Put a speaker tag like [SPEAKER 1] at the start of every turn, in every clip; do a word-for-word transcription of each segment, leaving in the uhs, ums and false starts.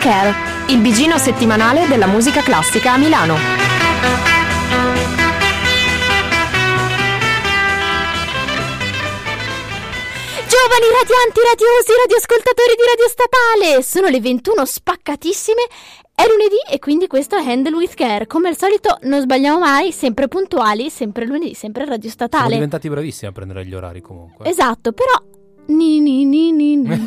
[SPEAKER 1] Care, il bigino settimanale della musica classica a Milano.
[SPEAKER 2] Giovani radianti, radiosi, radioascoltatori di Radio Statale, sono le ventuno spaccatissime, è lunedì e quindi questo è Handle with Care. Come al solito non sbagliamo mai, sempre puntuali, sempre lunedì, sempre Radio Statale.
[SPEAKER 3] Siamo diventati bravissimi a prendere gli orari comunque.
[SPEAKER 2] Esatto, però ni ni ni ni ni.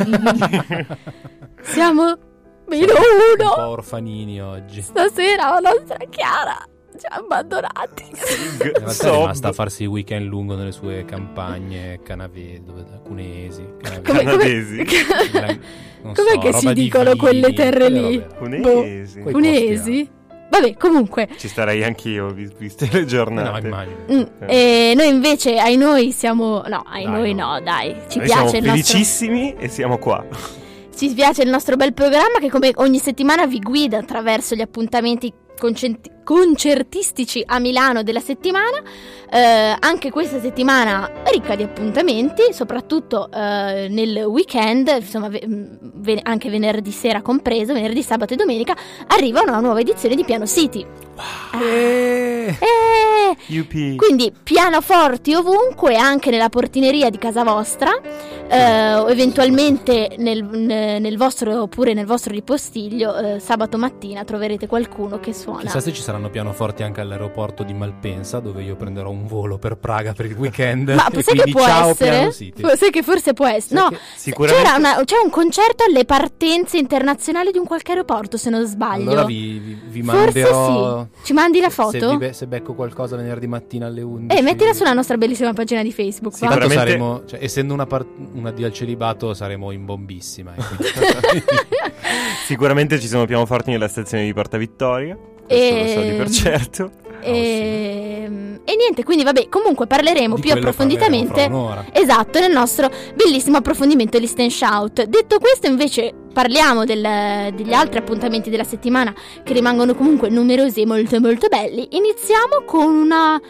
[SPEAKER 2] Siamo meno uno.
[SPEAKER 3] Un po' orfanini oggi.
[SPEAKER 2] Stasera la nostra Chiara ci ha abbandonati.
[SPEAKER 3] In realtà è rimasta a farsi il weekend lungo nelle sue campagne canavesi, dove cunesi,
[SPEAKER 2] Come,
[SPEAKER 4] canavesi.
[SPEAKER 2] Come,
[SPEAKER 3] non
[SPEAKER 2] com'è
[SPEAKER 3] so,
[SPEAKER 2] che si
[SPEAKER 3] roba di
[SPEAKER 2] dicono
[SPEAKER 3] vini,
[SPEAKER 2] quelle terre lì?
[SPEAKER 3] vabbè.
[SPEAKER 4] Cunesi.
[SPEAKER 3] Quei
[SPEAKER 2] Cunesi? Vabbè, comunque.
[SPEAKER 4] Ci starei anch'io, vis- viste le giornate.
[SPEAKER 3] No, immagino.
[SPEAKER 2] Mm, e noi invece, ai noi siamo. No, ai
[SPEAKER 3] Dai,
[SPEAKER 2] noi
[SPEAKER 3] no.
[SPEAKER 2] no, dai. Ci
[SPEAKER 4] Noi
[SPEAKER 2] piace
[SPEAKER 4] siamo
[SPEAKER 2] il nostro.
[SPEAKER 4] felicissimi e siamo qua.
[SPEAKER 2] Ci piace il nostro bel programma che, come ogni settimana, vi guida attraverso gli appuntamenti concenti- concertistici a Milano della settimana. Eh, anche questa settimana ricca di appuntamenti, soprattutto eh, nel weekend, insomma, ve- ve- anche venerdì sera compreso, venerdì, sabato e domenica, arriva una nuova edizione di Piano City.
[SPEAKER 3] Wow.
[SPEAKER 2] Eh,
[SPEAKER 4] U P.
[SPEAKER 2] quindi pianoforti ovunque, anche nella portineria di casa vostra, eh, o eventualmente nel, nel vostro, oppure nel vostro ripostiglio, eh, sabato mattina troverete qualcuno che suona.
[SPEAKER 3] Chissà se ci saranno pianoforti anche all'aeroporto di Malpensa, dove io prenderò un volo per Praga per il weekend.
[SPEAKER 2] Ma
[SPEAKER 3] E
[SPEAKER 2] sai che
[SPEAKER 3] quindi
[SPEAKER 2] può
[SPEAKER 3] ciao
[SPEAKER 2] essere?
[SPEAKER 3] Piano City.
[SPEAKER 2] Sai che forse può essere?
[SPEAKER 3] Sai
[SPEAKER 2] No,
[SPEAKER 3] che-
[SPEAKER 4] Sicuramente.
[SPEAKER 2] c'era una- c'è un concerto alle partenze internazionali di un qualche aeroporto, se non sbaglio.
[SPEAKER 3] Allora vi, vi, vi
[SPEAKER 2] Forse
[SPEAKER 3] manderò.
[SPEAKER 2] sì. Ci mandi la
[SPEAKER 3] se-
[SPEAKER 2] foto?
[SPEAKER 3] Se, vi be- se becco qualcosa venerdì mattina alle undici.
[SPEAKER 2] Eh, mettila sulla nostra bellissima pagina di Facebook.
[SPEAKER 4] Sì,
[SPEAKER 2] va?
[SPEAKER 3] Tanto
[SPEAKER 4] Sicuramente-
[SPEAKER 3] saremo, cioè, essendo una, par- una di al celibato, saremo in bombissima. E quindi-
[SPEAKER 4] Sicuramente ci sono pianoforti nella stazione di Porta Vittoria. Questo lo so di per
[SPEAKER 2] Ehm,
[SPEAKER 4] certo.
[SPEAKER 2] E... e niente, quindi vabbè, comunque parleremo
[SPEAKER 3] Di
[SPEAKER 2] più
[SPEAKER 3] quello
[SPEAKER 2] approfonditamente.
[SPEAKER 3] parleremo fra un'ora.
[SPEAKER 2] Esatto, nel nostro bellissimo approfondimento List and Shout. Detto questo, invece, parliamo del- degli altri appuntamenti della settimana, che rimangono comunque numerosi e molto molto belli. Iniziamo con una...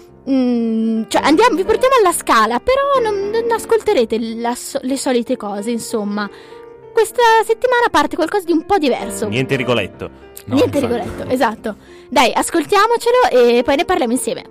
[SPEAKER 2] mm, cioè andiamo, vi portiamo alla Scala, però non, non ascolterete la so- le solite cose, insomma. Questa settimana parte qualcosa di un po' diverso.
[SPEAKER 4] Niente Rigoletto.
[SPEAKER 3] No,
[SPEAKER 2] Niente
[SPEAKER 3] infatti.
[SPEAKER 2] Rigoletto, esatto. Dai, ascoltiamocelo e poi ne parliamo insieme.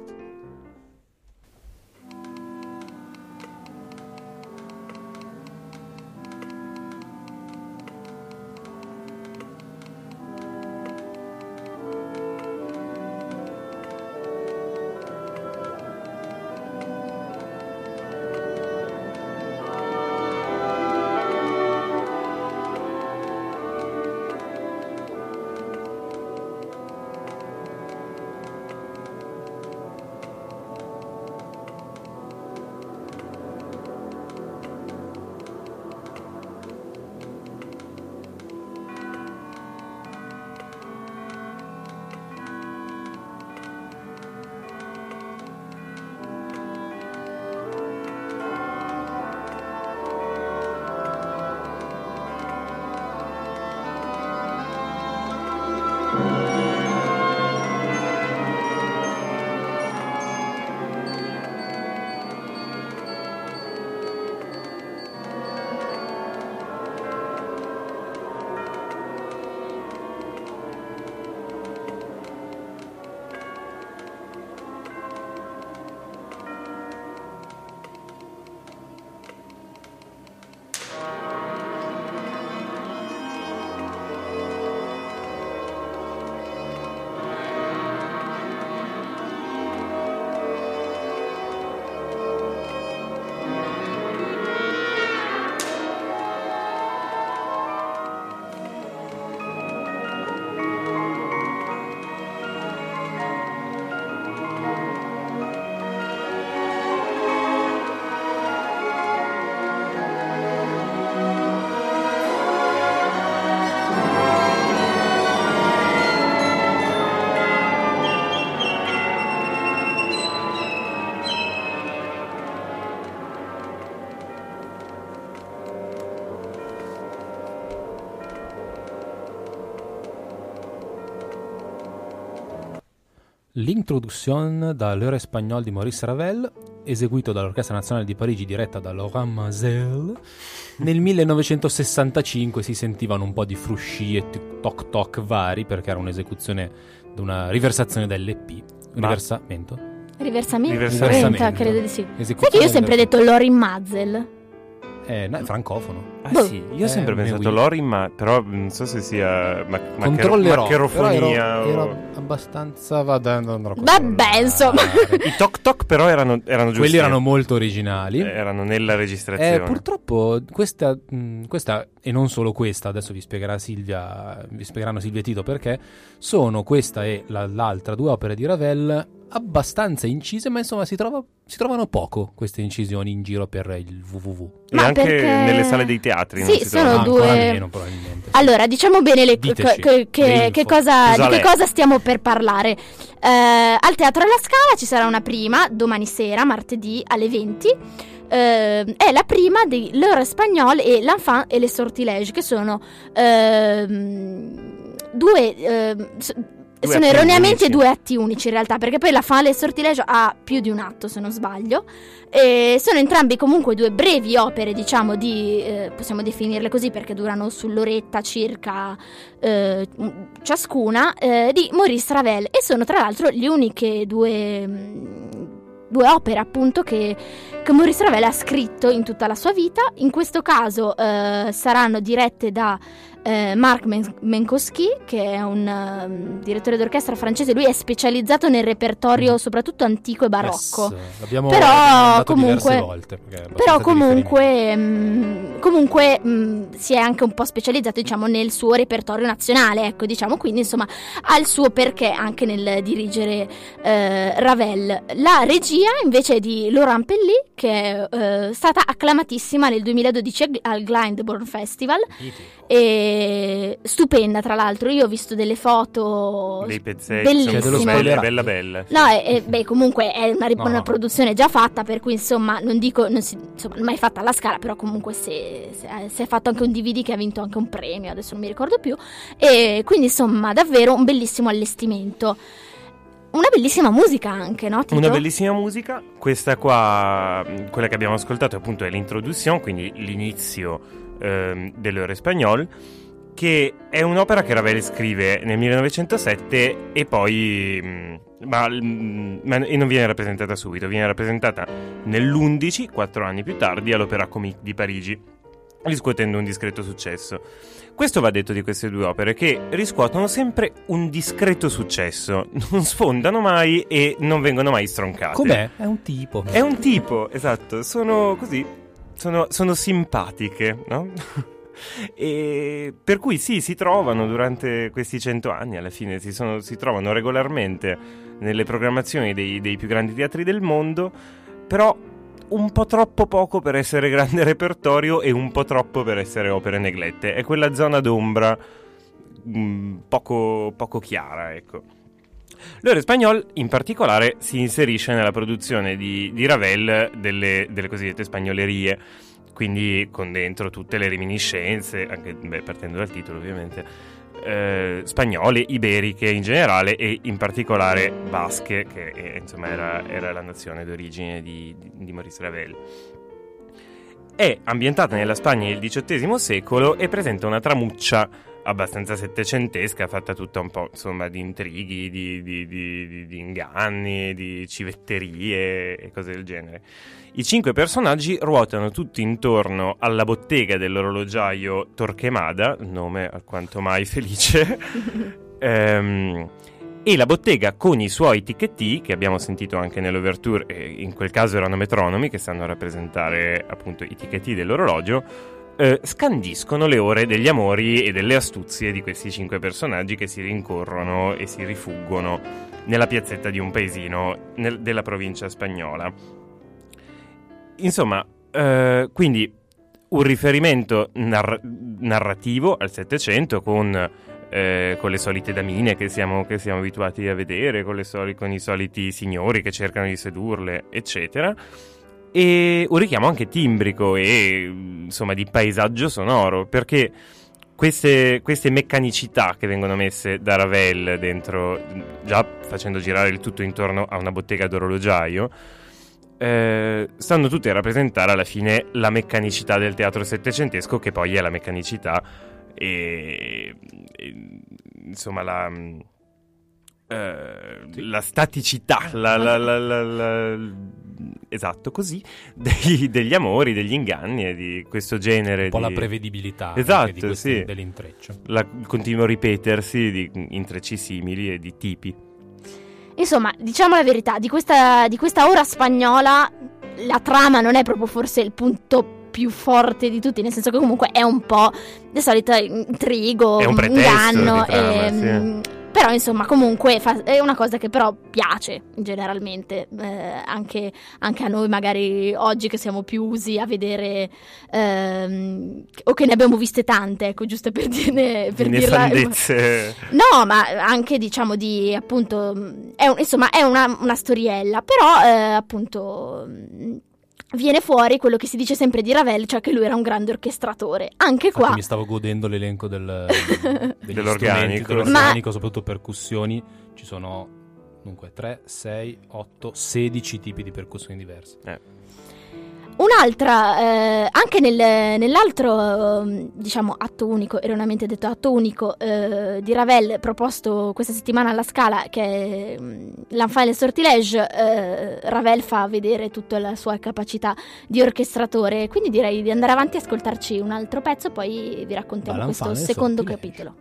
[SPEAKER 3] L'introduction da L'heure espagnole di Maurice Ravel, eseguito dall'Orchestra Nazionale di Parigi diretta da Laurent Mazel. Nel millenovecentosessantacinque si sentivano un po' di frusci e toc toc vari, perché era un'esecuzione di una riversazione dell'E P. Riversamento?
[SPEAKER 2] Riversamento?
[SPEAKER 3] Riversamento.
[SPEAKER 2] Credo di sì. Sai
[SPEAKER 3] Esecuzione
[SPEAKER 2] che io ho sempre
[SPEAKER 3] del-
[SPEAKER 2] detto Lorin Mazel.
[SPEAKER 3] Eh, no, è francofono.
[SPEAKER 4] Ah
[SPEAKER 2] Boh.
[SPEAKER 4] sì, io ho
[SPEAKER 3] Eh,
[SPEAKER 4] sempre
[SPEAKER 3] me
[SPEAKER 4] pensato
[SPEAKER 3] oui.
[SPEAKER 4] Lorin, ma però non so se sia ma- macchero-
[SPEAKER 3] Controllerò.
[SPEAKER 4] maccherofonia
[SPEAKER 3] Però ero,
[SPEAKER 4] o...
[SPEAKER 3] ero abbastanza... Vada, non andrò a
[SPEAKER 2] Vabbè,
[SPEAKER 3] controllare.
[SPEAKER 2] insomma.
[SPEAKER 4] I toc toc però erano, erano giusti.
[SPEAKER 3] Quelli erano molto originali.
[SPEAKER 4] Eh, erano nella registrazione.
[SPEAKER 3] Eh, purtroppo questa, mh, questa e non solo questa, adesso vi spiegherà Silvia, vi spiegheranno Silvia e Tito perché, sono questa e la- l'altra due opere di Ravel abbastanza incise, ma insomma si, trova, si trovano poco queste incisioni in giro per il www.
[SPEAKER 4] E
[SPEAKER 2] Ma
[SPEAKER 4] anche
[SPEAKER 2] perché-
[SPEAKER 4] nelle sale dei teatri. non
[SPEAKER 2] Sì,
[SPEAKER 4] si
[SPEAKER 2] sono
[SPEAKER 4] trovano.
[SPEAKER 3] Ah,
[SPEAKER 2] due-
[SPEAKER 3] ancora meno probabilmente.
[SPEAKER 2] Allora, diciamo bene le, che,
[SPEAKER 3] Diteci,
[SPEAKER 2] che- che-
[SPEAKER 3] le info.
[SPEAKER 2] che cosa,
[SPEAKER 4] Cosa
[SPEAKER 2] di che
[SPEAKER 4] è?
[SPEAKER 2] cosa stiamo per parlare. Eh, al Teatro alla Scala ci sarà una prima domani sera, martedì alle venti. Eh, è la prima di L'Heure Espagnole e L'Enfant et les Sortilèges, che sono ehm, due... ehm, s-
[SPEAKER 4] Due
[SPEAKER 2] sono
[SPEAKER 4] atti
[SPEAKER 2] erroneamente
[SPEAKER 4] unici.
[SPEAKER 2] due atti unici in realtà, perché poi La Fin et les Sortilèges ha più di un atto, se non sbaglio. E sono entrambi comunque due brevi opere, diciamo, di eh, possiamo definirle così perché durano sull'oretta circa eh, ciascuna, eh, di Maurice Ravel, e sono tra l'altro le uniche due, mh, due opere appunto che, che Maurice Ravel ha scritto in tutta la sua vita. In questo caso eh, saranno dirette da eh, Marc Men- Menkowski, che è un um, direttore d'orchestra francese. Lui è specializzato nel repertorio soprattutto antico e barocco.
[SPEAKER 3] Yes, l'abbiamo
[SPEAKER 2] Però,
[SPEAKER 3] mandato
[SPEAKER 2] comunque-
[SPEAKER 3] diverse volte, perché è abbastanza
[SPEAKER 2] Però
[SPEAKER 3] di
[SPEAKER 2] comunque, mh, comunque mh, si è anche un po' specializzato, diciamo, nel suo repertorio nazionale, ecco, diciamo, quindi insomma ha il suo perché anche nel dirigere eh, Ravel. La regia invece è di Laurent Pelly, che è eh, stata acclamatissima nel duemiladodici al- al Glyndebourne Festival,
[SPEAKER 3] riferimenti.
[SPEAKER 2] e stupenda tra l'altro. Io ho visto delle foto
[SPEAKER 4] Dei pezzetti.
[SPEAKER 2] bellissime.
[SPEAKER 3] Cioè, dello
[SPEAKER 4] bella,
[SPEAKER 3] spoilerato.
[SPEAKER 4] bella bella.
[SPEAKER 2] No, e, e, beh, comunque è una,
[SPEAKER 3] No,
[SPEAKER 2] una
[SPEAKER 3] no.
[SPEAKER 2] produzione già fatta, per cui insomma non dico, non si, insomma, mai fatta alla Scala, però comunque si è fatto anche un D V D che ha vinto anche un premio, adesso non mi ricordo più, e quindi insomma davvero un bellissimo allestimento. Una bellissima musica anche, no Tito?
[SPEAKER 4] Una bellissima musica. Questa qua, mh, quella che abbiamo ascoltato appunto è l'introduzione, quindi l'inizio ehm, dell'Heure Espagnole, che è un'opera che Ravel scrive nel millenovecentosette e poi mh, ma, mh, ma- e non viene rappresentata subito, viene rappresentata nell'undici, quattro anni più tardi, all'Opéra Comique di Parigi, riscuotendo un discreto successo. Questo va detto di queste due opere, che riscuotono sempre un discreto successo, non sfondano mai e non vengono mai stroncate.
[SPEAKER 3] Com'è? È un tipo.
[SPEAKER 4] È un tipo, esatto, sono così, sono, sono simpatiche, no? E per cui sì, si trovano durante questi cento anni, alla fine si, sono, si trovano regolarmente nelle programmazioni dei, dei più grandi teatri del mondo, però un po' troppo poco per essere grande repertorio e un po' troppo per essere opere neglette. È quella zona d'ombra mh, poco, poco chiara, ecco. L'Heure Espagnole in particolare si inserisce nella produzione di, di Ravel delle, delle cosiddette spagnolerie, quindi con dentro tutte le reminiscenze, anche beh, partendo dal titolo ovviamente, eh, spagnole, iberiche in generale e in particolare basche, che eh, insomma era, era la nazione d'origine di, di, di Maurice Ravel. È ambientata nella Spagna del diciottesimo secolo e presenta una tramuccia abbastanza settecentesca, fatta tutta un po' insomma di intrighi, di, di, di, di, di inganni, di civetterie e cose del genere. I cinque personaggi ruotano tutti intorno alla bottega dell'orologiaio Torquemada, nome alquanto mai felice, ehm, e la bottega con i suoi ticchetti, che abbiamo sentito anche nell'ouverture, e in quel caso erano metronomi che stanno a rappresentare appunto i ticchetti dell'orologio, eh, scandiscono le ore degli amori e delle astuzie di questi cinque personaggi che si rincorrono e si rifuggono nella piazzetta di un paesino nel, della provincia spagnola. Insomma, eh, quindi un riferimento narr- narrativo al Settecento con, eh, con le solite damine che siamo, che siamo abituati a vedere, con, le soli- con i soliti signori che cercano di sedurle, eccetera, e un richiamo anche timbrico e insomma di paesaggio sonoro, perché queste, queste meccanicità che vengono messe da Ravel dentro, già facendo girare il tutto intorno a una bottega d'orologiaio, eh, stanno tutti a rappresentare alla fine la meccanicità del teatro settecentesco, che poi è la meccanicità e, e insomma la, eh,
[SPEAKER 3] sì.
[SPEAKER 4] la staticità, la, la, la, la, la, esatto così, dei, degli amori, degli inganni e di questo genere.
[SPEAKER 3] Un po'
[SPEAKER 4] di...
[SPEAKER 3] la prevedibilità
[SPEAKER 4] esatto,
[SPEAKER 3] anche di questi,
[SPEAKER 4] sì.
[SPEAKER 3] dell'intreccio.
[SPEAKER 4] La, il continuo ripetersi di intrecci simili e di tipi.
[SPEAKER 2] Insomma, diciamo la verità, di questa, di questa ora spagnola la trama non è proprio forse il punto più forte di tutti, nel senso che comunque è un po' di solito intrigo,
[SPEAKER 4] è un pretesto
[SPEAKER 2] inganno,
[SPEAKER 4] di trama,
[SPEAKER 2] ehm,
[SPEAKER 4] sì.
[SPEAKER 2] Però insomma comunque fa, è una cosa che però piace generalmente, eh, anche, anche a noi magari oggi che siamo più usi a vedere ehm, o che ne abbiamo viste tante, ecco, giusto per dirne per dirla.
[SPEAKER 4] Nefandezze.
[SPEAKER 2] No, ma anche diciamo di appunto è un, insomma è una, una storiella, però eh, appunto viene fuori quello che si dice sempre di Ravel, cioè che lui era un grande orchestratore. Anche
[SPEAKER 3] Infatti
[SPEAKER 2] qua
[SPEAKER 3] mi stavo godendo l'elenco del, degli
[SPEAKER 4] Dell'organico.
[SPEAKER 3] strumenti, dell'organico, Ma... soprattutto percussioni. Ci sono dunque tre, sei, otto, sedici tipi di percussioni diverse.
[SPEAKER 4] Eh.
[SPEAKER 2] Un'altra, eh, anche nel, nell'altro, eh, diciamo, atto unico, erroneamente detto atto unico, eh, di Ravel, proposto questa settimana alla Scala, che è um, L'Enfant et le Sortilèges, eh, Ravel fa vedere tutta la sua capacità di orchestratore, quindi direi di andare avanti e ascoltarci un altro pezzo, poi vi raccontiamo questo secondo capitolo.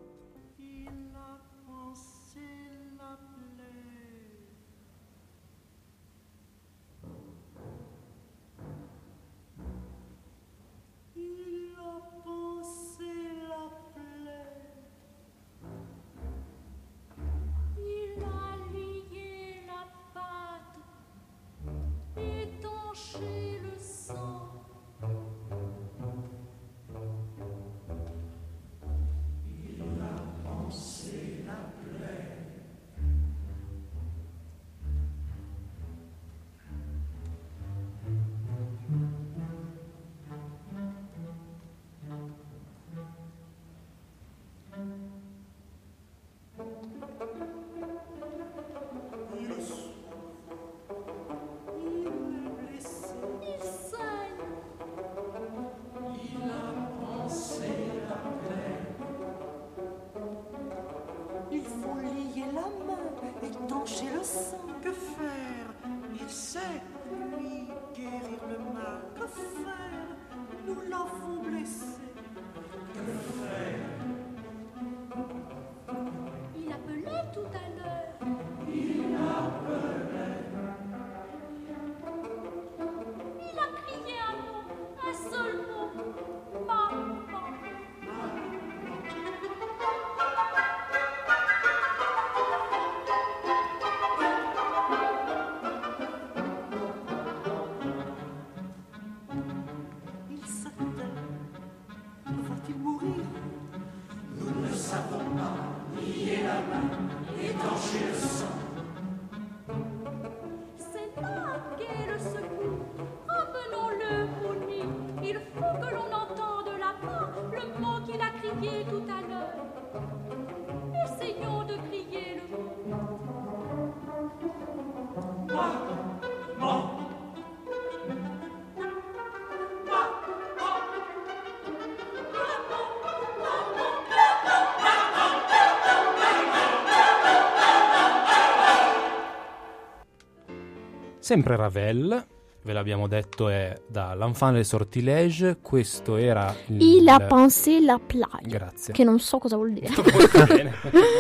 [SPEAKER 3] Sempre Ravel, ve l'abbiamo detto, è da L'Enfant et le Sortilèges. Questo era il...
[SPEAKER 2] Il a pensé la plage.
[SPEAKER 3] Grazie.
[SPEAKER 2] Che non so cosa vuol dire.
[SPEAKER 3] Molto bene.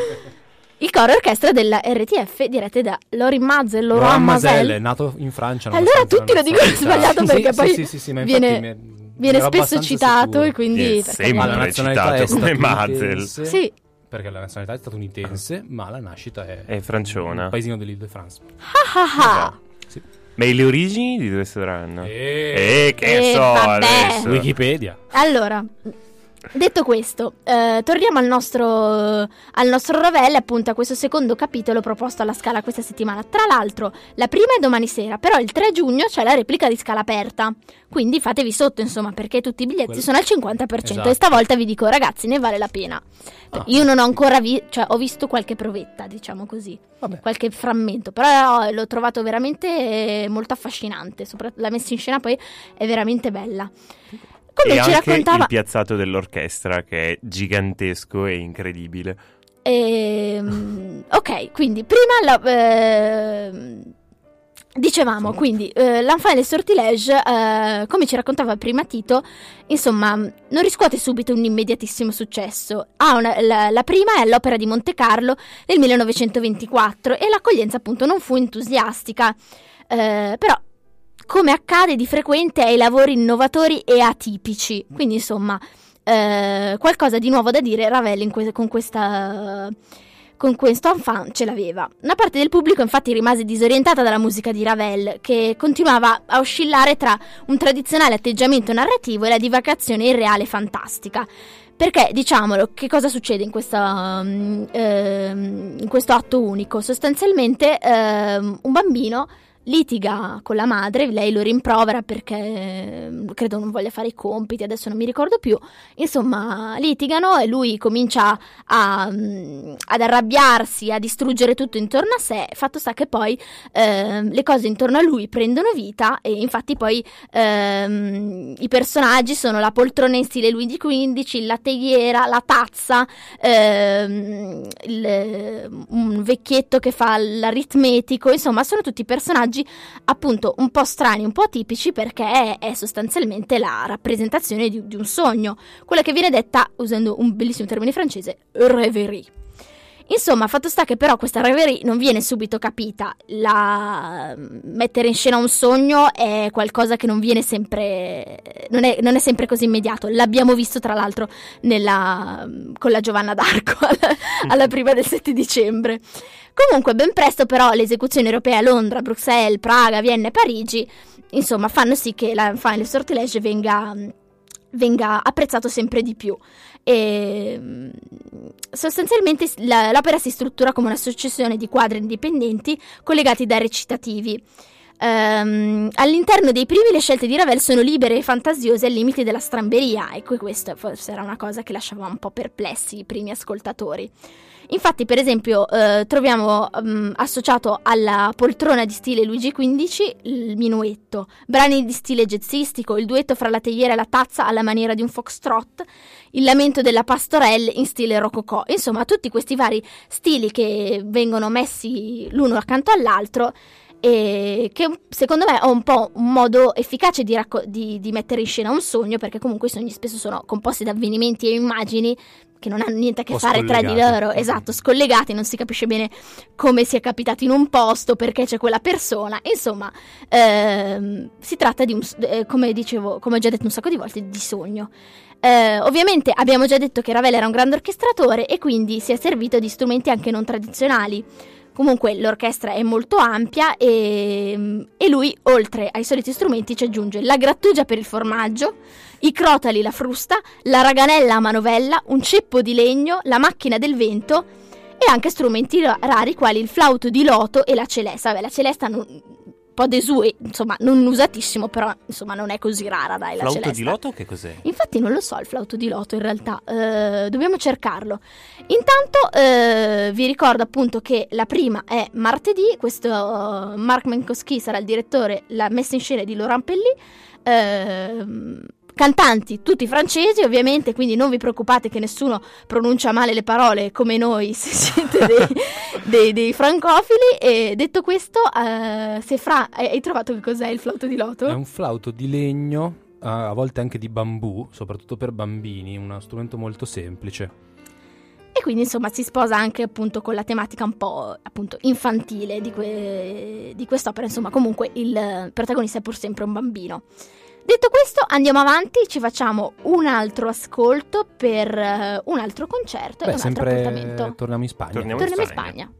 [SPEAKER 2] Il coro orchestra della R T F dirette da Lorin Mazel,
[SPEAKER 3] Laurent Mazel,
[SPEAKER 2] Mazel,
[SPEAKER 3] è nato in Francia.
[SPEAKER 2] Allora tutti lo dicono sbagliato perché
[SPEAKER 3] sì,
[SPEAKER 2] poi
[SPEAKER 3] sì, sì, sì, ma
[SPEAKER 2] viene,
[SPEAKER 3] mi è,
[SPEAKER 2] viene spesso citato
[SPEAKER 3] sicuro.
[SPEAKER 2] e quindi...
[SPEAKER 4] È sempre citato come Mazel.
[SPEAKER 2] Sì.
[SPEAKER 3] Perché la nazionalità è statunitense, ma la nascita è...
[SPEAKER 4] È franciona.
[SPEAKER 3] Un paesino dell'Île-de-France.
[SPEAKER 2] Ah ah ah.
[SPEAKER 3] Sì.
[SPEAKER 4] Ma le origini di dove saranno?
[SPEAKER 3] Eh,
[SPEAKER 4] eh che
[SPEAKER 2] eh,
[SPEAKER 4] so
[SPEAKER 2] vabbè.
[SPEAKER 4] adesso.
[SPEAKER 3] Wikipedia.
[SPEAKER 2] Allora, Detto questo, eh, torniamo al nostro, al nostro Ravel, appunto a questo secondo capitolo proposto alla Scala questa settimana. Tra l'altro, la prima è domani sera, però il tre giugno c'è la replica di Scala aperta. Quindi fatevi sotto, insomma, perché tutti i biglietti
[SPEAKER 3] Quello...
[SPEAKER 2] sono al cinquanta per cento.
[SPEAKER 3] Esatto.
[SPEAKER 2] E stavolta vi dico, ragazzi, ne vale la pena.
[SPEAKER 3] Ah.
[SPEAKER 2] Io non ho ancora visto, cioè ho visto qualche provetta, diciamo così.
[SPEAKER 3] Vabbè.
[SPEAKER 2] Qualche frammento, però l'ho trovato veramente molto affascinante. Soprattutto la messa in scena poi è veramente bella. Come
[SPEAKER 4] e
[SPEAKER 2] ci
[SPEAKER 4] anche
[SPEAKER 2] raccontava
[SPEAKER 4] il piazzato dell'orchestra, che è gigantesco e incredibile.
[SPEAKER 2] Ehm, ok, quindi prima la, ehm, dicevamo, quindi eh, l'Enfant et le Sortilèges, eh, come ci raccontava prima Tito, insomma, non riscuote subito un immediatissimo successo. Ha una, la, la prima è all'Opera di Monte Carlo nel millenovecentoventiquattro e l'accoglienza appunto non fu entusiastica, eh, però come accade di frequente ai lavori innovatori e atipici, quindi insomma eh, qualcosa di nuovo da dire Ravel in que- con questa con questo Enfant ce l'aveva. Una parte del pubblico infatti rimase disorientata dalla musica di Ravel, che continuava a oscillare tra un tradizionale atteggiamento narrativo e la divagazione irreale e fantastica. Perché, diciamolo, che cosa succede in, questa, um, ehm, in questo atto unico? Sostanzialmente ehm, un bambino litiga con la madre, lei lo rimprovera perché credo non voglia fare i compiti, adesso non mi ricordo più, insomma litigano e lui comincia a, ad arrabbiarsi, a distruggere tutto intorno a sé. Fatto sta che poi eh, le cose intorno a lui prendono vita e infatti poi ehm, i personaggi sono la poltrona in stile Luigi quindici, la teiera, la tazza, ehm, il, un vecchietto che fa l'aritmetico, insomma sono tutti personaggi appunto un po' strani, un po' atipici, perché è, è sostanzialmente la rappresentazione di, di un sogno, quella che viene detta, usando un bellissimo termine francese, rêverie. Insomma, fatto sta che però questa rêverie non viene subito capita. La... mettere in scena un sogno è qualcosa che non viene sempre, non è, non è sempre così immediato. L'abbiamo visto tra l'altro nella... con la Giovanna d'Arco alla, alla prima del sette dicembre. Comunque ben presto però le esecuzioni europee a Londra, Bruxelles, Praga, Vienna e Parigi, insomma, fanno sì che l'Enfant et le Sortilèges venga, venga apprezzato sempre di più. E sostanzialmente la, l'opera si struttura come una successione di quadri indipendenti collegati da recitativi. Um, all'interno dei primi le scelte di Ravel sono libere e fantasiose ai limiti della stramberia, ecco, questa forse era una cosa che lasciava un po' perplessi i primi ascoltatori. Infatti, per esempio, eh, troviamo um, associato alla poltrona di stile Luigi quindici il minuetto, brani di stile jazzistico, il duetto fra la teiera e la tazza alla maniera di un foxtrot, il lamento della pastorelle in stile rococò. Insomma, tutti questi vari stili che vengono messi l'uno accanto all'altro e che secondo me è un po' un modo efficace di, racco- di, di mettere in scena un sogno, perché comunque i sogni spesso sono composti da avvenimenti e immagini che non hanno niente a che
[SPEAKER 3] o
[SPEAKER 2] fare tra di loro, esatto, scollegati, non si capisce bene come sia capitato in un posto, perché c'è quella persona, insomma ehm, si tratta di un, eh, come dicevo, come ho già detto un sacco di volte, di sogno. Eh, ovviamente abbiamo già detto che Ravel era un grande orchestratore e quindi si è servito di strumenti anche non tradizionali. Comunque l'orchestra è molto ampia e, e lui, oltre ai soliti strumenti, ci aggiunge la grattugia per il formaggio, i crotali, la frusta, la raganella a manovella, un ceppo di legno, la macchina del vento e anche strumenti rari quali il flauto di loto e la celesta. Vabbè, la celesta non, un po' desuè, insomma, non usatissimo, però insomma non è così rara, dai, la
[SPEAKER 4] flauto
[SPEAKER 2] celesta.
[SPEAKER 4] Di loto che cos'è?
[SPEAKER 2] Infatti non lo so il flauto di loto in realtà, eh, dobbiamo cercarlo. Intanto eh, vi ricordo appunto che la prima è martedì, questo uh, Marc Menkowski sarà il direttore, la messa in scena di Laurent Pelly, eh, cantanti tutti francesi ovviamente, quindi non vi preoccupate che nessuno pronuncia male le parole come noi se siete dei, dei, dei francofili. E detto questo, uh, se Fra hai trovato che cos'è il flauto di loto?
[SPEAKER 3] È un flauto di legno, a volte anche di bambù, soprattutto per bambini, uno strumento molto semplice.
[SPEAKER 2] E quindi insomma si sposa anche appunto con la tematica un po' appunto infantile di, que- di quest'opera. Insomma, comunque il protagonista è pur sempre un bambino. Detto questo, andiamo avanti, ci facciamo un altro ascolto per uh, un altro concerto.
[SPEAKER 3] Beh,
[SPEAKER 2] e un
[SPEAKER 3] sempre
[SPEAKER 2] altro appuntamento.
[SPEAKER 3] Torniamo in Spagna.
[SPEAKER 4] Torniamo,
[SPEAKER 2] Torniamo in
[SPEAKER 4] Spagna.
[SPEAKER 2] Spagna.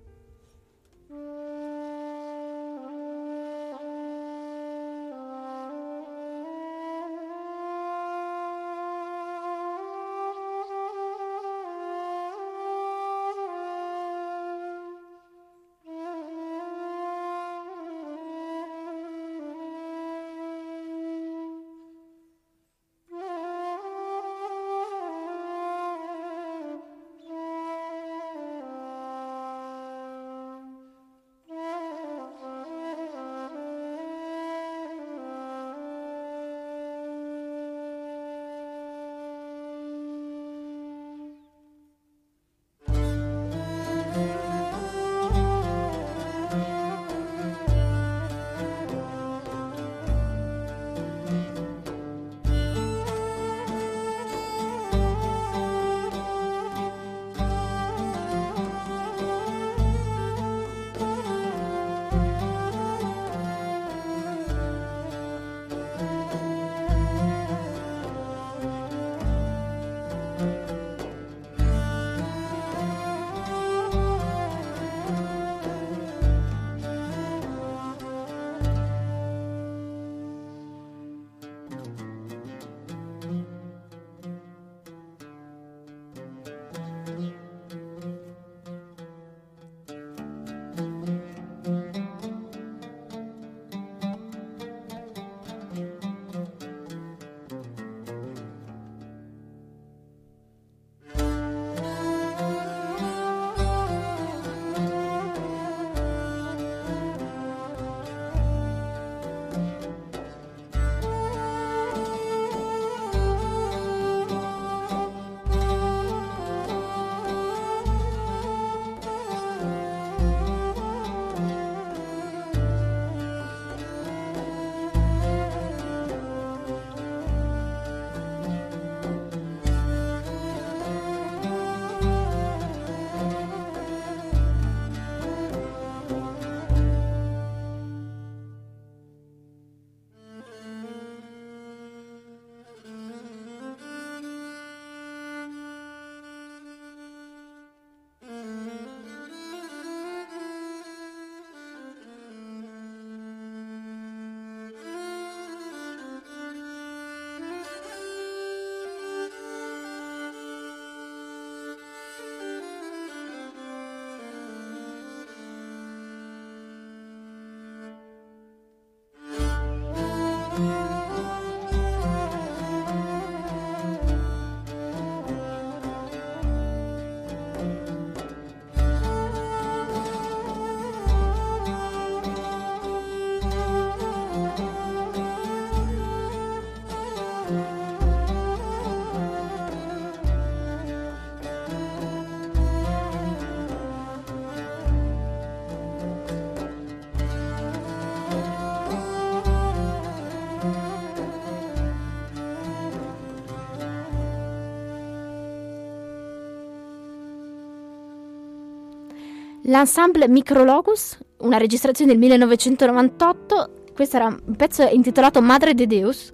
[SPEAKER 2] L'ensemble Micrologus, una registrazione del millenovecentonovantotto. Questo era un pezzo intitolato Madre de Deus,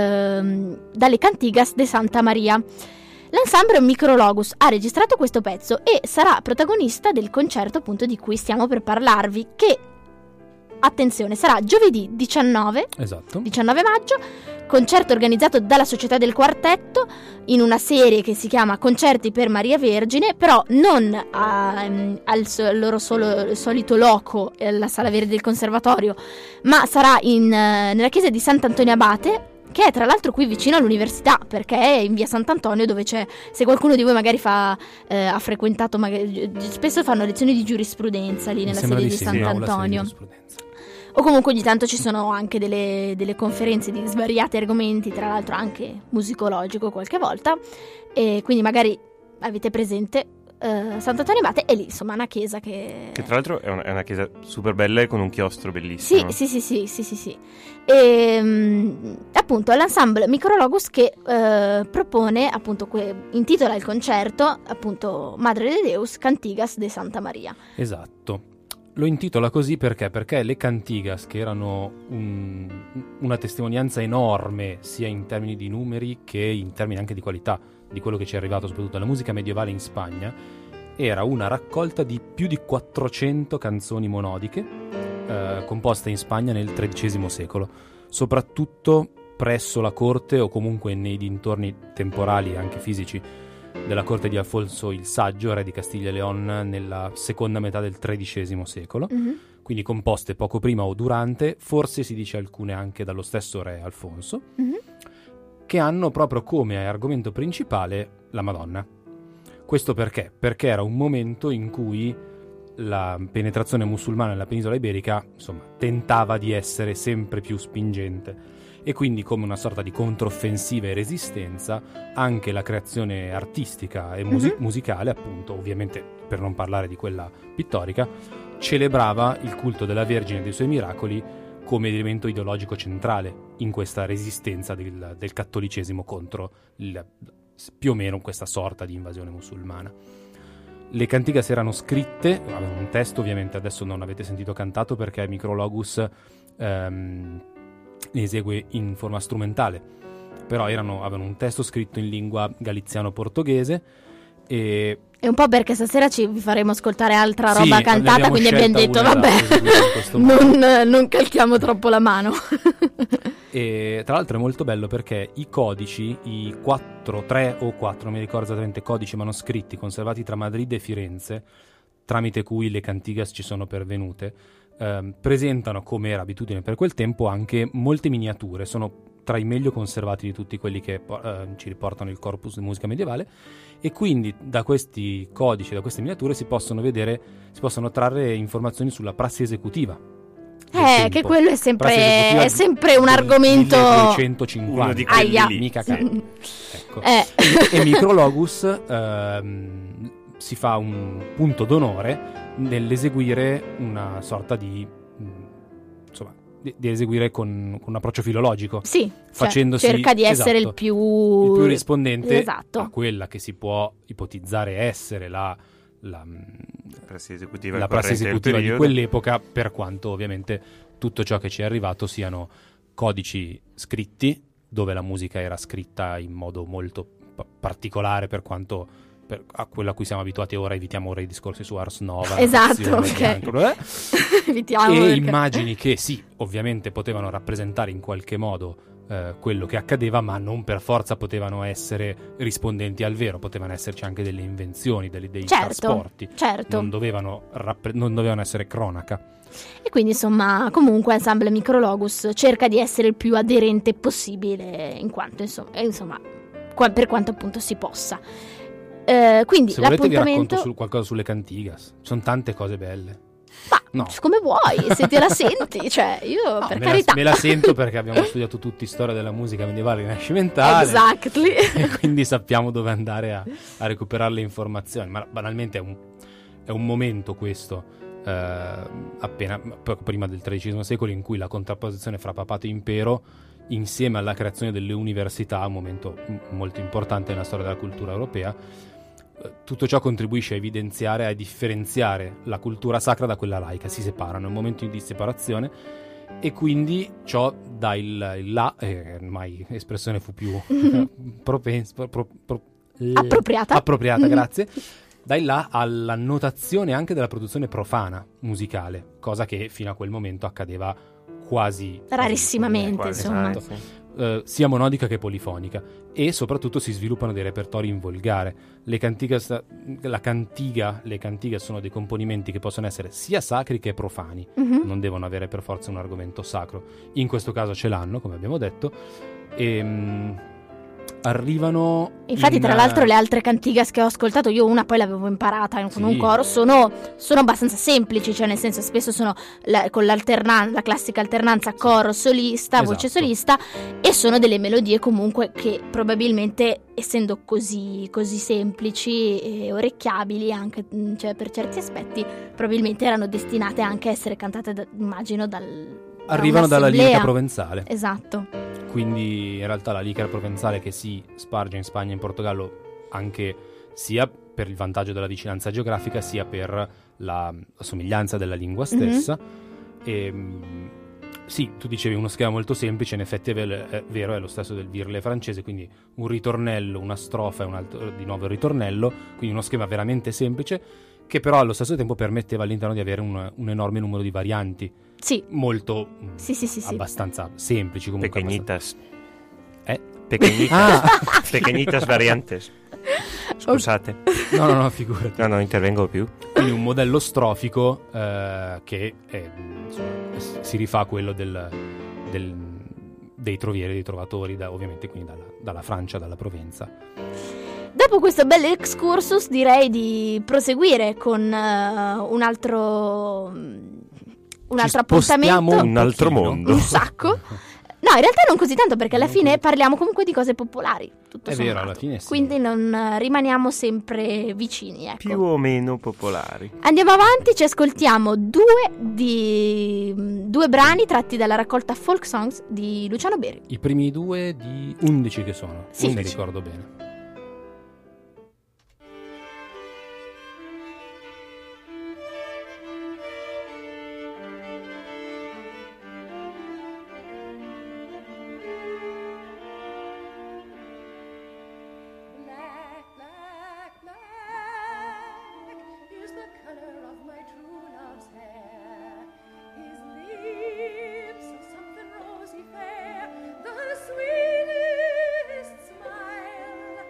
[SPEAKER 2] ehm, dalle Cantigas de Santa Maria. L'ensemble Micrologus ha registrato questo pezzo e sarà protagonista del concerto appunto di cui stiamo per parlarvi, che, attenzione, sarà giovedì diciannove,
[SPEAKER 3] Esatto.
[SPEAKER 2] diciannove maggio, concerto organizzato dalla Società del Quartetto in una serie che si chiama Concerti per Maria Vergine, però non a, al so, loro solo, solito loco, eh, la Sala Verde del Conservatorio, ma sarà in, eh, nella chiesa di Sant'Antonio Abate, che è tra l'altro qui vicino all'università, perché è in via Sant'Antonio, dove c'è, se qualcuno di voi magari fa eh, ha frequentato, magari, spesso fanno lezioni di giurisprudenza lì
[SPEAKER 3] Mi
[SPEAKER 2] nella
[SPEAKER 3] sembra
[SPEAKER 2] sede
[SPEAKER 3] di
[SPEAKER 2] di
[SPEAKER 3] sì, sì,
[SPEAKER 2] Sant'Antonio.
[SPEAKER 3] aula serie di giurisprudenza.
[SPEAKER 2] O comunque ogni tanto ci sono anche delle, delle conferenze di svariati argomenti, tra l'altro anche musicologico qualche volta, e quindi magari avete presente uh, Sant'Antonio Abate, è lì insomma una chiesa che...
[SPEAKER 4] Che tra l'altro è una, è una chiesa super bella e con un chiostro bellissimo.
[SPEAKER 2] Sì, sì, sì, sì, sì, sì, sì. E, um, appunto è l'ensemble Micrologus che uh, propone, appunto, que- intitola il concerto appunto Madre de Deus, Cantigas de Santa Maria.
[SPEAKER 3] Esatto. Lo intitola così perché? Perché le Cantigas, che erano un, una testimonianza enorme sia in termini di numeri che in termini anche di qualità di quello che ci è arrivato soprattutto dalla musica medievale in Spagna, era una raccolta di più di quattrocento canzoni monodiche eh, composte in Spagna nel tredicesimo secolo, soprattutto presso la corte o comunque nei dintorni temporali e anche fisici della corte di Alfonso il Saggio, re di Castiglia e León, nella seconda metà del tredicesimo secolo,
[SPEAKER 2] Mm-hmm.
[SPEAKER 3] quindi composte poco prima o durante, forse si dice alcune anche dallo stesso re Alfonso,
[SPEAKER 2] Mm-hmm.
[SPEAKER 3] che hanno proprio come argomento principale la Madonna. Questo perché? Perché era un momento in cui la penetrazione musulmana nella penisola iberica, insomma, tentava di essere sempre più spingente, e quindi come una sorta di controffensiva e resistenza anche la creazione artistica e musi-
[SPEAKER 2] Mhm.
[SPEAKER 3] musicale, appunto, ovviamente per non parlare di quella pittorica, celebrava il culto della Vergine e dei suoi miracoli come elemento ideologico centrale in questa resistenza del, del cattolicesimo contro il, più o meno questa sorta di invasione musulmana. Le Cantigas erano scritte, avevano un testo, ovviamente adesso non avete sentito cantato perché Micrologus ehm, ne esegue in forma strumentale, però erano, avevano un testo scritto in lingua galiziano-portoghese e...
[SPEAKER 2] E un po' perché stasera ci vi faremo ascoltare altra
[SPEAKER 3] Sì,
[SPEAKER 2] roba
[SPEAKER 3] ne
[SPEAKER 2] cantata,
[SPEAKER 3] abbiamo
[SPEAKER 2] quindi abbiamo
[SPEAKER 3] scelta
[SPEAKER 2] detto
[SPEAKER 3] una da
[SPEAKER 2] vabbè,
[SPEAKER 3] eseguire in questo modo.
[SPEAKER 2] non, non calchiamo troppo la mano.
[SPEAKER 3] E tra l'altro è molto bello perché i codici, i quattro, tre o quattro, non mi ricordo esattamente, codici manoscritti conservati tra Madrid e Firenze, tramite cui le Cantigas ci sono pervenute, ehm, presentano, come era abitudine per quel tempo, anche molte miniature. Sono tra i meglio conservati di tutti quelli che eh, ci riportano il corpus di musica medievale, e quindi da questi codici, da queste miniature si possono vedere, si possono trarre informazioni sulla prassi esecutiva. del
[SPEAKER 2] Eh,
[SPEAKER 3] tempo.
[SPEAKER 2] che quello è sempre,
[SPEAKER 3] Prassi esecutiva
[SPEAKER 2] è sempre un
[SPEAKER 3] del
[SPEAKER 2] argomento...
[SPEAKER 3] milleduecentocinquanta.
[SPEAKER 4] Uno di quelli
[SPEAKER 2] Aia.
[SPEAKER 4] lì.
[SPEAKER 3] Mica
[SPEAKER 4] Sì.
[SPEAKER 3] cazzo. Ecco.
[SPEAKER 2] Eh.
[SPEAKER 3] E Micrologus ehm, si fa un punto d'onore nell'eseguire una sorta di mh, insomma di, di eseguire con, con un approccio filologico,
[SPEAKER 2] Sì, cioè,
[SPEAKER 3] facendosi-
[SPEAKER 2] cerca di essere
[SPEAKER 3] esatto,
[SPEAKER 2] il più...
[SPEAKER 3] il più rispondente
[SPEAKER 2] Esatto.
[SPEAKER 3] a quella che si può ipotizzare essere la, la,
[SPEAKER 4] Prassi esecutiva,
[SPEAKER 3] la prassi
[SPEAKER 4] corrente del
[SPEAKER 3] esecutiva di
[SPEAKER 4] periodo.
[SPEAKER 3] quell'epoca, per quanto ovviamente tutto ciò che ci è arrivato siano codici scritti, dove la musica era scritta in modo molto pa- particolare per quanto per, a quello a cui siamo abituati ora. Evitiamo ora i discorsi su Ars Nova,
[SPEAKER 2] Esatto,
[SPEAKER 3] notazione,
[SPEAKER 2] ok.
[SPEAKER 3] bianco, eh?
[SPEAKER 2] Evitiamo
[SPEAKER 3] E
[SPEAKER 2] perché-
[SPEAKER 3] immagini che sì, ovviamente potevano rappresentare in qualche modo eh, quello che accadeva, ma non per forza potevano essere rispondenti al vero, potevano esserci anche delle invenzioni, delle, dei
[SPEAKER 2] Certo,
[SPEAKER 3] trasporti,
[SPEAKER 2] certo.
[SPEAKER 3] non dovevano, rappre- non dovevano essere cronaca.
[SPEAKER 2] E quindi insomma, comunque Ensemble Micrologus cerca di essere il più aderente possibile, in quanto insomma, eh, insomma qua- per quanto appunto si possa. Eh, quindi
[SPEAKER 3] Se volete vi
[SPEAKER 2] l'appuntamento...
[SPEAKER 3] racconto su qualcosa sulle Cantigas, sono tante cose belle.
[SPEAKER 2] Ma
[SPEAKER 3] No.
[SPEAKER 2] come vuoi, se te la senti, cioè io
[SPEAKER 3] No,
[SPEAKER 2] per
[SPEAKER 3] me,
[SPEAKER 2] carità.
[SPEAKER 3] la, me la sento perché abbiamo studiato tutti storia della musica medievale rinascimentale.
[SPEAKER 2] Exactly.
[SPEAKER 3] E quindi sappiamo dove andare a, a recuperare le informazioni. Ma banalmente è un, è un momento questo, eh, appena poco prima del tredicesimo secolo, in cui la contrapposizione fra papato e impero, insieme alla creazione delle università, un momento m- molto importante nella storia della cultura europea, tutto ciò contribuisce a evidenziare, a differenziare la cultura sacra da quella laica, si separano, è un momento di separazione e quindi ciò dà il, il là, eh, ormai l'espressione fu più propensa, pro, pro,
[SPEAKER 2] appropriata,
[SPEAKER 3] appropriata grazie, dà il là alla notazione anche della produzione profana musicale, cosa che fino a quel momento accadeva quasi
[SPEAKER 2] rarissimamente,
[SPEAKER 3] quasi,
[SPEAKER 2] insomma.
[SPEAKER 3] esatto. Uh, sia monodica che polifonica, e soprattutto si sviluppano dei repertori in volgare. Le cantigas, la cantiga, le cantigas sono dei componimenti che possono essere sia sacri che profani,
[SPEAKER 2] Mm-hmm.
[SPEAKER 3] non devono avere per forza un argomento sacro. In questo caso ce l'hanno, come abbiamo detto, e um, arrivano.
[SPEAKER 2] Infatti,
[SPEAKER 3] in,
[SPEAKER 2] tra l'altro, le altre cantigas che ho ascoltato, io una poi l'avevo imparata con
[SPEAKER 3] Sì.
[SPEAKER 2] un coro, sono, sono abbastanza semplici, cioè nel senso spesso sono la, con l'alternanza, la classica alternanza coro solista,
[SPEAKER 3] Esatto.
[SPEAKER 2] voce solista, e sono delle melodie comunque che probabilmente, essendo così, così semplici e orecchiabili anche, cioè per certi aspetti, probabilmente erano destinate anche a essere cantate, da, immagino, dal da
[SPEAKER 3] arrivano dalla
[SPEAKER 2] un'assemblea.
[SPEAKER 3] lirica provenzale.
[SPEAKER 2] Esatto.
[SPEAKER 3] Quindi in realtà la lirica provenzale che si sparge in Spagna e in Portogallo anche sia per il vantaggio della vicinanza geografica sia per la, la somiglianza della lingua stessa. Mm-hmm. E, mh, sì, tu dicevi uno schema molto semplice, in effetti è, ve- è vero, è lo stesso del virle francese, quindi un ritornello, una strofa e un altro, di nuovo il ritornello, quindi uno schema veramente semplice che però allo stesso tempo permetteva all'interno di avere un, un enorme numero di varianti.
[SPEAKER 2] Sì.
[SPEAKER 3] Molto
[SPEAKER 2] sì, sì, sì,
[SPEAKER 3] abbastanza sì. semplici comunque.
[SPEAKER 4] Pequeñitas.
[SPEAKER 3] Eh?
[SPEAKER 4] Pequeñitas.
[SPEAKER 3] Ah.
[SPEAKER 4] Pequeñitas variantes. Scusate.
[SPEAKER 3] No, no, no, figurati.
[SPEAKER 4] No, no, intervengo più.
[SPEAKER 3] Quindi un modello strofico eh, che è, insomma, si rifà a quello del, del, dei trovieri, dei trovatori, da, ovviamente quindi dalla, dalla Francia, dalla Provenza.
[SPEAKER 2] Dopo questo bel excursus direi di proseguire con uh, un altro un altro appuntamento,
[SPEAKER 4] un altro mondo,
[SPEAKER 2] un sacco. No, in realtà non così tanto, perché alla fine parliamo comunque di cose popolari, tutto
[SPEAKER 3] è
[SPEAKER 2] sommato.
[SPEAKER 3] vero, alla fine sì.
[SPEAKER 2] Quindi non uh, rimaniamo sempre vicini, ecco.
[SPEAKER 4] Più o meno popolari.
[SPEAKER 2] Andiamo avanti, ci ascoltiamo due di due brani tratti dalla raccolta Folk Songs di Luciano Beri.
[SPEAKER 3] I primi due di undici che sono,
[SPEAKER 2] sì.
[SPEAKER 3] se ricordo bene.
[SPEAKER 5] Sweetest smile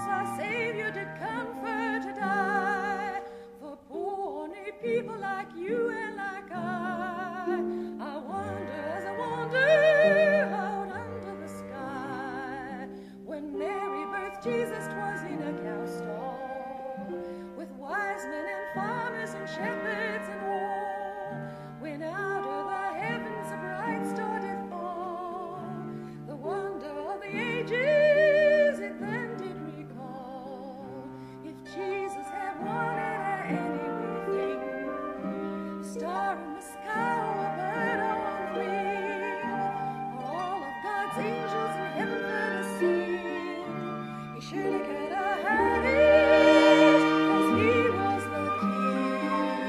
[SPEAKER 5] cross our Savior did come for to die, for poor only people like you and like I. I wonder as I wander out under the sky, when Mary birthed Jesus 'twas in a cow stall, with wise men and farmers and shepherds and war, when out of the heavens a bright star did fall, the wonder of the ages it then did recall. If Jesus had wanted anything, a star in the sky or a bird on the wing, or all of God's angels in heaven for to sing, he surely could have had it, 'cause he was the king.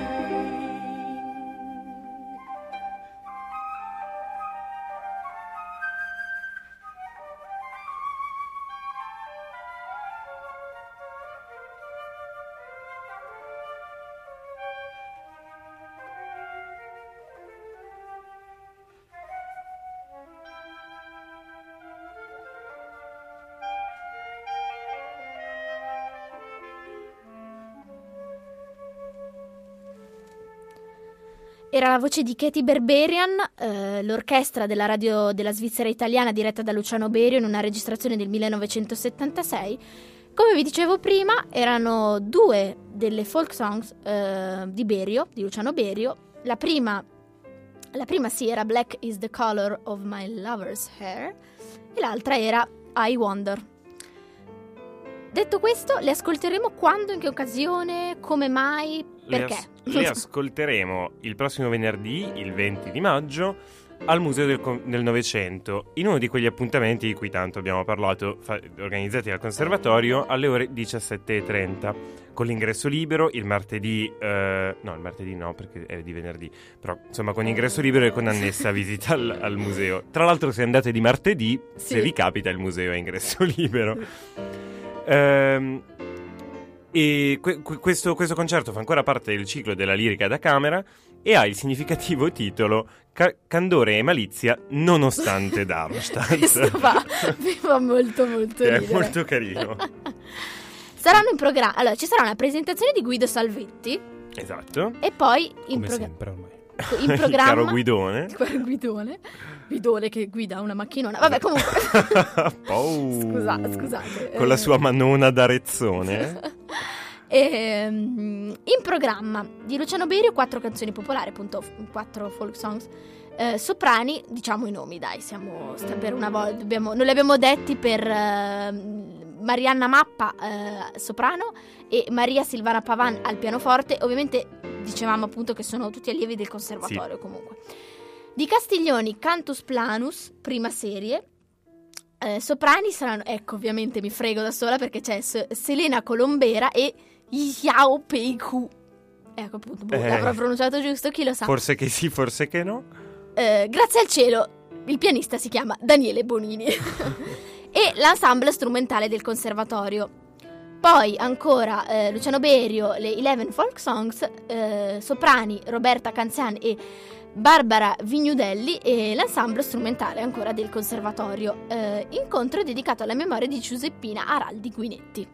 [SPEAKER 2] Era la voce di Katy Berberian, eh, l'orchestra della radio della Svizzera italiana diretta da Luciano Berio in una registrazione del millenovecentosettantasei. Come vi dicevo prima, erano due delle folk songs eh, di Berio, di Luciano Berio. La prima, la prima sì era Black is the color of my lover's hair e l'altra era I Wonder. Detto questo, le ascolteremo quando, in che occasione, come mai, perché?
[SPEAKER 4] Le, as- le ascolteremo il prossimo venerdì, il venti di maggio, al Museo del, Con- del Novecento, in uno di quegli appuntamenti di cui tanto abbiamo parlato, fa- organizzati dal Conservatorio, alle ore diciassette e trenta, con l'ingresso libero il martedì, eh, no il martedì no perché è di venerdì, però insomma con ingresso libero e con annessa visita al, al museo. Tra l'altro se andate di martedì,
[SPEAKER 2] Sì.
[SPEAKER 4] se vi capita il museo è ingresso libero. Ehm, e que- que- questo, questo concerto fa ancora parte del ciclo della lirica da camera e ha il significativo titolo Ca- Candore e malizia nonostante Darmstadt.
[SPEAKER 2] Questo fa, mi fa molto molto
[SPEAKER 4] Che
[SPEAKER 2] ridere.
[SPEAKER 4] è molto carino.
[SPEAKER 2] Saranno in programma. Allora, ci sarà una presentazione di Guido Salvetti
[SPEAKER 4] Esatto.
[SPEAKER 2] e poi in,
[SPEAKER 3] Come
[SPEAKER 2] proga-
[SPEAKER 3] sempre ormai.
[SPEAKER 2] in
[SPEAKER 4] Il
[SPEAKER 2] programma
[SPEAKER 4] caro Guidone.
[SPEAKER 2] Caro Guidone. Guidone che guida una macchinona. Vabbè, comunque.
[SPEAKER 4] Oh.
[SPEAKER 2] Scusa, scusate.
[SPEAKER 4] Con la
[SPEAKER 2] Eh,
[SPEAKER 4] sua manona da rezzone.
[SPEAKER 2] Ehm, in programma di Luciano Berio quattro canzoni popolari, appunto f- quattro folk songs. Eh, soprani, diciamo i nomi, dai, siamo sta per una volta, dobbiamo, non li abbiamo detti per eh, Marianna Mappa, eh, soprano, e Maria Silvana Pavan al pianoforte. Ovviamente dicevamo appunto che sono tutti allievi del conservatorio,
[SPEAKER 4] Sì.
[SPEAKER 2] comunque. Di Castiglioni, Cantus Planus, prima serie. Eh, soprani saranno, ecco, ovviamente mi frego da sola perché c'è S- Selena Colombera e Yao Peiku. Ecco appunto, boh,
[SPEAKER 4] Eh.
[SPEAKER 2] l'avrò pronunciato giusto, chi lo sa.
[SPEAKER 4] Forse che sì, forse che no.
[SPEAKER 2] Eh, grazie al cielo, il pianista si chiama Daniele Bonini. E l'ensemble strumentale del conservatorio. Poi ancora eh, Luciano Berio, le Eleven Folk Songs, eh, soprani Roberta Canzian e Barbara Vignudelli e l'ensemble strumentale ancora del conservatorio. Eh, incontro dedicato alla memoria di Giuseppina Araldi Guinetti.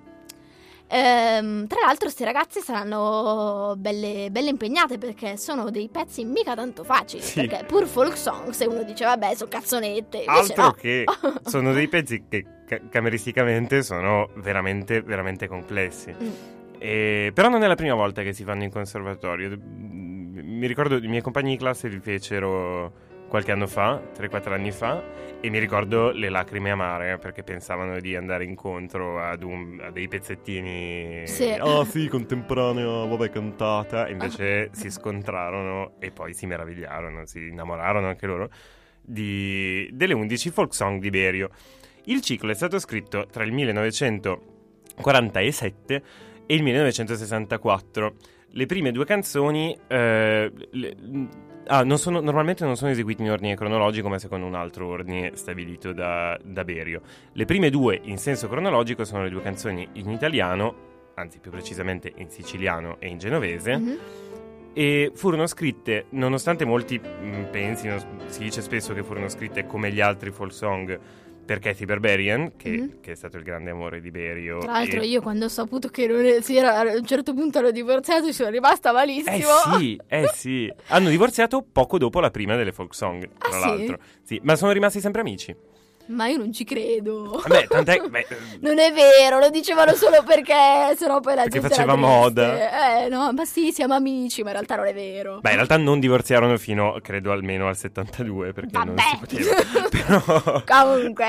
[SPEAKER 2] Ehm, tra l'altro queste ragazze saranno belle, belle impegnate perché sono dei pezzi mica tanto facili,
[SPEAKER 4] Sì.
[SPEAKER 2] perché pur folk songs e uno dice vabbè sono cazzonette, invece
[SPEAKER 4] Altro
[SPEAKER 2] no.
[SPEAKER 4] che sono dei pezzi che ca- cameristicamente sono veramente, veramente complessi.
[SPEAKER 2] Mm.
[SPEAKER 4] E, però non è la prima volta che si fanno in conservatorio. Mi ricordo i miei compagni di classe li fecero qualche anno fa, tre quattro anni fa, e mi ricordo le lacrime amare perché pensavano di andare incontro ad un, a dei pezzettini.
[SPEAKER 2] Sì.
[SPEAKER 4] Oh sì, contemporaneo, vabbè, cantata. E invece si scontrarono e poi si meravigliarono, si innamorarono anche loro di, delle undici folk song di Berio. Il ciclo è stato scritto tra il millenovecentoquarantasette e il millenovecentosessantaquattro. Le prime due canzoni eh, le, ah, non sono, normalmente non sono eseguite in ordine cronologico, ma secondo un altro ordine stabilito da, da Berio. Le prime due in senso cronologico sono le due canzoni in italiano, anzi più precisamente in siciliano e in genovese,
[SPEAKER 2] Mhm.
[SPEAKER 4] e furono scritte, nonostante molti mh, pensino, si dice spesso che furono scritte come gli altri folk song per Kathy Berberian, che,
[SPEAKER 2] Mm.
[SPEAKER 4] che è stato il grande amore di Berio.
[SPEAKER 2] Tra l'altro
[SPEAKER 4] e-
[SPEAKER 2] io quando ho saputo che non è- si era, a un certo punto hanno divorziato sono rimasta malissimo.
[SPEAKER 4] Eh sì, eh sì. Hanno divorziato poco dopo la prima delle folk song, tra
[SPEAKER 2] Ah, sì?
[SPEAKER 4] l'altro. Sì, ma sono rimasti sempre amici.
[SPEAKER 2] Ma io non ci credo.
[SPEAKER 4] Vabbè, tant'è... beh,
[SPEAKER 2] Non è vero, lo dicevano solo perché sennò poi la
[SPEAKER 4] Perché
[SPEAKER 2] gente
[SPEAKER 4] faceva
[SPEAKER 2] era triste.
[SPEAKER 4] moda.
[SPEAKER 2] Eh no, ma sì, siamo amici, ma in realtà non è vero.
[SPEAKER 4] Beh, in realtà non divorziarono fino, credo, almeno al settantadue, perché non
[SPEAKER 2] Vabbè.
[SPEAKER 4] si poteva. Però...
[SPEAKER 2] Comunque.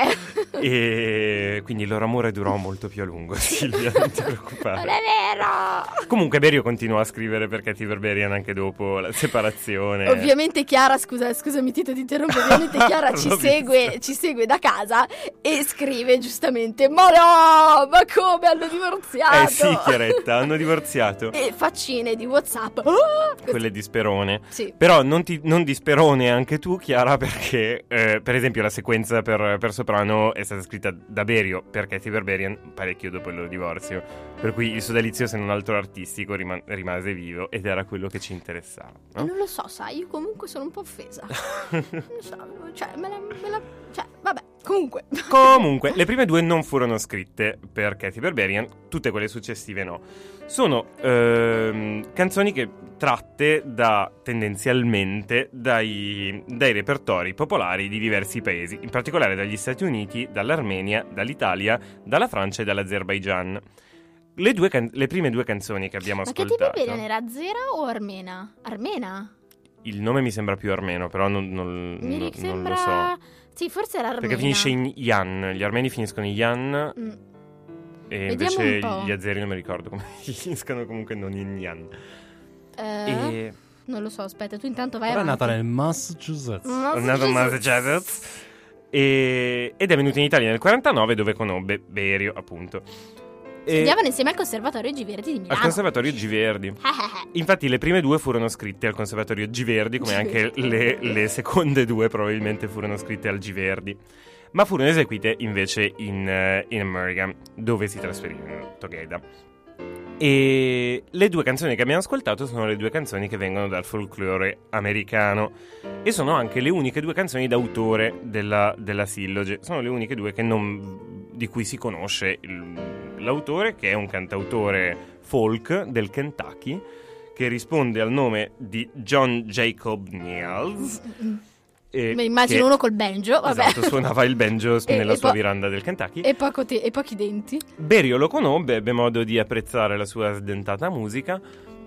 [SPEAKER 4] E quindi il loro amore durò molto più a lungo, Silvia, non ti
[SPEAKER 2] Non
[SPEAKER 4] preoccupare.
[SPEAKER 2] è vero.
[SPEAKER 4] Comunque Berio continuò a scrivere per Kathy Berberian anche dopo la separazione.
[SPEAKER 2] Ovviamente Chiara, scusa, scusami Tito ti interrompo, ovviamente Chiara ci
[SPEAKER 4] L'ho
[SPEAKER 2] segue,
[SPEAKER 4] visto.
[SPEAKER 2] ci segue da casa e scrive giustamente ma no, ma come hanno divorziato?
[SPEAKER 4] Eh sì, Chiaretta, hanno divorziato.
[SPEAKER 2] E faccine di WhatsApp. Ah!
[SPEAKER 4] Quelle di Sperone.
[SPEAKER 2] Sì.
[SPEAKER 4] Però non, ti, non di Sperone anche tu, Chiara, perché eh, per esempio la sequenza per, per soprano è stata scritta da Berio per Kathy Berberian parecchio dopo il loro divorzio. Per cui il sodalizio, se non altro artistico, rima- rimase vivo ed era quello che ci interessava,
[SPEAKER 2] E
[SPEAKER 4] no?
[SPEAKER 2] non lo so, sai, io comunque sono un po' offesa. Non so, cioè, me la, me la- cioè, vabbè, comunque.
[SPEAKER 4] Comunque, le prime due non furono scritte per Kathy Berberian, tutte quelle successive no. Sono ehm, canzoni che tratte da, tendenzialmente, dai, dai repertori popolari di diversi paesi, in particolare dagli Stati Uniti, dall'Armenia, dall'Italia, dalla Francia e dall'Azerbaigian. Le, due can- le prime due canzoni che abbiamo
[SPEAKER 2] Ma che
[SPEAKER 4] ascoltato...
[SPEAKER 2] tipo Berberian era Azera o Armena? Armena?
[SPEAKER 4] Il nome mi sembra più armeno, però non, non-
[SPEAKER 2] Mi
[SPEAKER 4] non-
[SPEAKER 2] sembra...
[SPEAKER 4] non lo so.
[SPEAKER 2] Sì, forse era Armena.
[SPEAKER 4] Perché finisce in Yan, gli armeni finiscono in Yan...
[SPEAKER 2] Mm.
[SPEAKER 4] E
[SPEAKER 2] Vediamo
[SPEAKER 4] invece
[SPEAKER 2] un po'.
[SPEAKER 4] gli azeri non mi ricordo come finiscono, comunque non in Yan.
[SPEAKER 2] Eh,
[SPEAKER 4] E
[SPEAKER 2] Non lo so, aspetta, tu intanto vai
[SPEAKER 3] Però è
[SPEAKER 2] avanti.
[SPEAKER 3] nata nel Massachusetts.
[SPEAKER 2] Ma
[SPEAKER 4] è nato a Massachusetts. E... ed è venuto in Italia nel quarantanove, dove conobbe Berio, appunto. E...
[SPEAKER 2] Studiavano insieme al Conservatorio G Verdi di Milano.
[SPEAKER 4] al Conservatorio G Verdi. Infatti le prime due furono scritte al Conservatorio G Verdi, come
[SPEAKER 2] G
[SPEAKER 4] anche
[SPEAKER 2] Verdi.
[SPEAKER 4] le, le seconde due probabilmente furono scritte al G Verdi. Ma furono eseguite invece in, eh, in America, dove si trasferirono Together. E le due canzoni che abbiamo ascoltato sono le due canzoni che vengono dal folklore americano e sono anche le uniche due canzoni d'autore della, della silloge. Sono le uniche due che non, di cui si conosce il- l'autore, che è un cantautore folk del Kentucky, che risponde al nome di John Jacob Niels. e
[SPEAKER 2] Mi immagino
[SPEAKER 4] che-
[SPEAKER 2] uno col banjo, vabbè.
[SPEAKER 4] Esatto, suonava il banjo
[SPEAKER 2] E-
[SPEAKER 4] nella
[SPEAKER 2] e
[SPEAKER 4] sua
[SPEAKER 2] po-
[SPEAKER 4] viranda del Kentucky.
[SPEAKER 2] E, poco te- e pochi denti.
[SPEAKER 4] Berio lo conobbe, ebbe modo di apprezzare la sua sdentata musica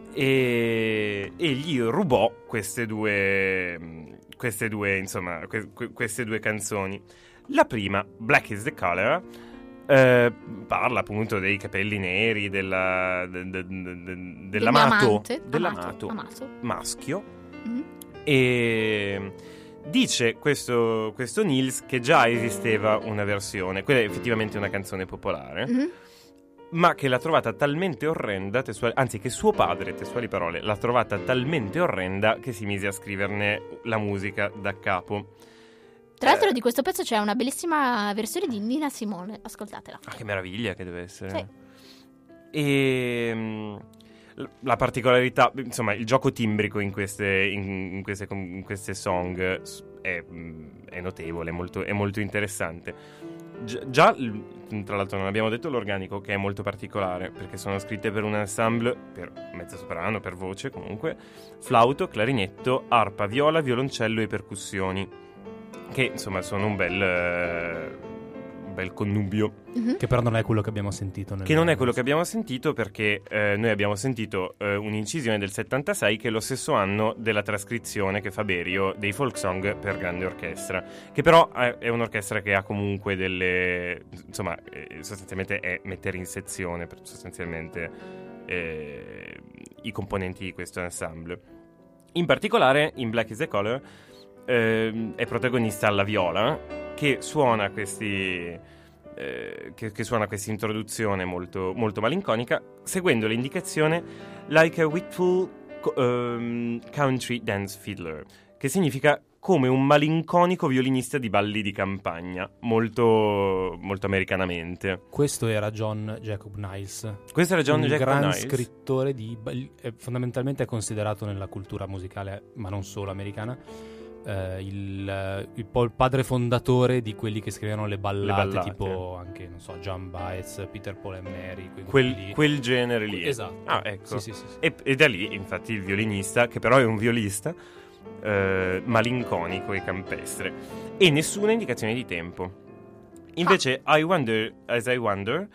[SPEAKER 4] e, e gli rubò queste due, queste due, insomma, que- que- queste due canzoni. La prima, Black is the Color, eh, parla appunto dei capelli neri, della, de- de- de- de- dell'amato,
[SPEAKER 2] Dell'amante.
[SPEAKER 4] dell'amato
[SPEAKER 2] Amato.
[SPEAKER 4] maschio.
[SPEAKER 2] Mhm.
[SPEAKER 4] E dice questo, questo Nils che già esisteva una versione, quella è effettivamente una canzone popolare,
[SPEAKER 2] Mhm.
[SPEAKER 4] ma che l'ha trovata talmente orrenda, testuali- anzi che suo padre, testuali parole, l'ha trovata talmente orrenda che si mise a scriverne la musica da capo.
[SPEAKER 2] Tra l'altro
[SPEAKER 4] Eh.
[SPEAKER 2] di questo pezzo c'è una bellissima versione di Nina Simone, ascoltatela.
[SPEAKER 4] Ah, che meraviglia che deve essere.
[SPEAKER 2] Sì.
[SPEAKER 4] E mm, l- la particolarità, insomma, il gioco timbrico in queste, in, in queste, in queste song s- è, mm, è notevole, è molto, è molto interessante. Gi- già, l- tra l'altro, non abbiamo detto l'organico, che è molto particolare, perché sono scritte per un ensemble, per mezzo soprano, per voce comunque, flauto, clarinetto, arpa, viola, violoncello e percussioni, che insomma sono un bel, eh, un bel connubio.
[SPEAKER 2] Mhm.
[SPEAKER 3] Che però non è quello che abbiamo sentito. Nel
[SPEAKER 4] Che non è quello che abbiamo sentito, perché eh, noi abbiamo sentito eh, un'incisione del settantasei, che è lo stesso anno della trascrizione che fa Berio dei folk song per grande orchestra, che però è, è un'orchestra che ha comunque delle, insomma, eh, sostanzialmente è mettere in sezione per, sostanzialmente eh, i componenti di questo ensemble. In particolare in Black is the Color eh, è protagonista la viola, che suona questi eh, che, che suona questa introduzione molto, molto malinconica, seguendo l'indicazione like a wistful co- ehm, country dance fiddler, che significa come un malinconico violinista di balli di campagna, molto, molto americanamente.
[SPEAKER 3] Questo era John Jacob Niles.
[SPEAKER 4] Questo era John
[SPEAKER 3] un
[SPEAKER 4] Jacob
[SPEAKER 3] gran
[SPEAKER 4] Niles.
[SPEAKER 3] scrittore di... è fondamentalmente è considerato nella cultura musicale, ma non solo americana, eh, il, il, po' il padre fondatore di quelli che scrivevano le ballate,
[SPEAKER 4] ballate.
[SPEAKER 3] tipo anche, non so, John Baez, Peter Paul and Mary, quei
[SPEAKER 4] Quel,
[SPEAKER 3] gruppi lì.
[SPEAKER 4] quel genere lì.
[SPEAKER 3] Esatto.
[SPEAKER 4] Ah, ecco.
[SPEAKER 3] Sì, sì, sì, sì.
[SPEAKER 4] E, e da lì, infatti, il violinista, che però è un violista, eh, malinconico e campestre. E nessuna indicazione di tempo. Invece, I Wonder As I Wonder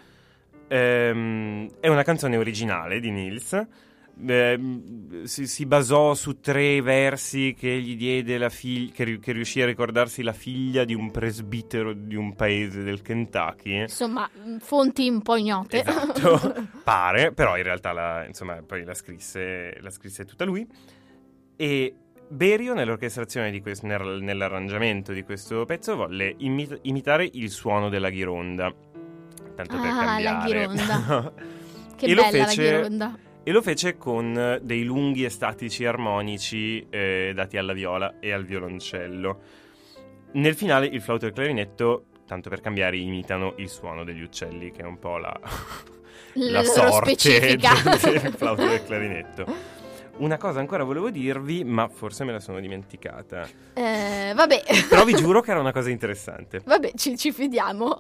[SPEAKER 4] ehm, è una canzone originale di Nils. Eh, si, si basò su tre versi che gli diede la figlia, che, ri- che riuscì a ricordarsi la figlia di un presbitero di un paese del Kentucky.
[SPEAKER 2] Insomma, fonti un po' ignote.
[SPEAKER 4] Esatto, pare, però in realtà la, insomma, poi la scrisse, la scrisse tutta lui. E Berio nell'orchestrazione di questo, nel, nell'arrangiamento di questo pezzo volle imi- imitare il suono della ghironda, tanto per
[SPEAKER 2] Ah,
[SPEAKER 4] cambiare.
[SPEAKER 2] la ghironda. Che
[SPEAKER 4] E lo
[SPEAKER 2] bella
[SPEAKER 4] fece-
[SPEAKER 2] la ghironda.
[SPEAKER 4] E lo fece con dei lunghi e statici armonici eh, dati alla viola e al violoncello. Nel finale il flauto e il clarinetto, tanto per cambiare, imitano il suono degli uccelli, che è un po' la,
[SPEAKER 2] L-
[SPEAKER 4] la
[SPEAKER 2] loro
[SPEAKER 4] sorte
[SPEAKER 2] specifica.
[SPEAKER 4] del, del flauto e del clarinetto. Una cosa ancora volevo dirvi, ma forse me la sono dimenticata.
[SPEAKER 2] Eh, vabbè.
[SPEAKER 4] Però vi giuro che era una cosa interessante.
[SPEAKER 2] Vabbè, ci, ci fidiamo.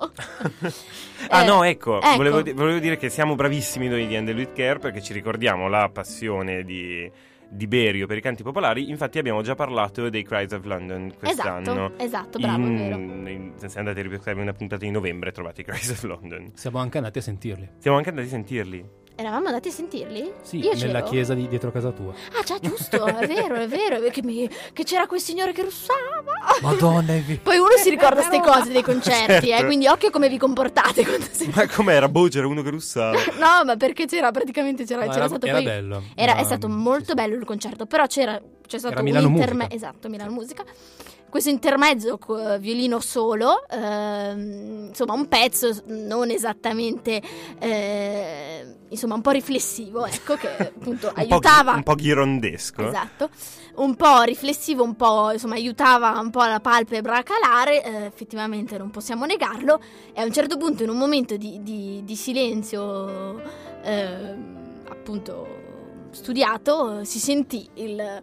[SPEAKER 4] Ah
[SPEAKER 2] Eh,
[SPEAKER 4] no, ecco,
[SPEAKER 2] ecco.
[SPEAKER 4] Volevo, di- volevo dire che siamo bravissimi noi di Handle With Care, perché ci ricordiamo la passione di, di Berio per i canti popolari. Infatti abbiamo già parlato dei Cries of London quest'anno.
[SPEAKER 2] Esatto, esatto, bravo,
[SPEAKER 4] In-
[SPEAKER 2] vero.
[SPEAKER 4] in- se andate a ripetere una puntata di novembre trovate i Cries of London.
[SPEAKER 3] Siamo anche andati a sentirli.
[SPEAKER 4] Siamo anche andati a sentirli.
[SPEAKER 2] Eravamo andati a sentirli?
[SPEAKER 3] Sì,
[SPEAKER 2] Io
[SPEAKER 3] nella
[SPEAKER 2] c'ero?
[SPEAKER 3] chiesa di dietro casa tua.
[SPEAKER 2] Ah, già, giusto, è vero, è vero. Che, mi- che c'era quel signore che russava.
[SPEAKER 3] Madonna, è vi-
[SPEAKER 2] Poi uno si ricorda queste cose dei concerti,
[SPEAKER 4] Certo.
[SPEAKER 2] eh, quindi occhio come vi comportate quando si...
[SPEAKER 4] Ma com'era? Boh, c'era uno che russava.
[SPEAKER 2] No, ma perché c'era praticamente c'era,
[SPEAKER 3] No,
[SPEAKER 2] c'era
[SPEAKER 3] era-
[SPEAKER 2] stato
[SPEAKER 3] era
[SPEAKER 2] poi
[SPEAKER 3] bello.
[SPEAKER 2] Era,
[SPEAKER 3] Era-
[SPEAKER 2] è stato
[SPEAKER 3] sì,
[SPEAKER 2] molto
[SPEAKER 3] sì.
[SPEAKER 2] bello il concerto, però c'era c'è stato
[SPEAKER 3] Era
[SPEAKER 2] un
[SPEAKER 3] Milano
[SPEAKER 2] interme-
[SPEAKER 3] Musica.
[SPEAKER 2] esatto, Milano Musica. Questo intermezzo co- violino solo, ehm, insomma, un pezzo non esattamente eh, insomma, un po' riflessivo, ecco, che appunto
[SPEAKER 4] Un po'
[SPEAKER 2] aiutava
[SPEAKER 4] ghi- un po' ghirondesco.
[SPEAKER 2] Esatto, un po' riflessivo, un po' insomma aiutava un po' la palpebra a calare, eh, effettivamente non possiamo negarlo, e a un certo punto in un momento di, di- di silenzio eh, appunto studiato si sentì il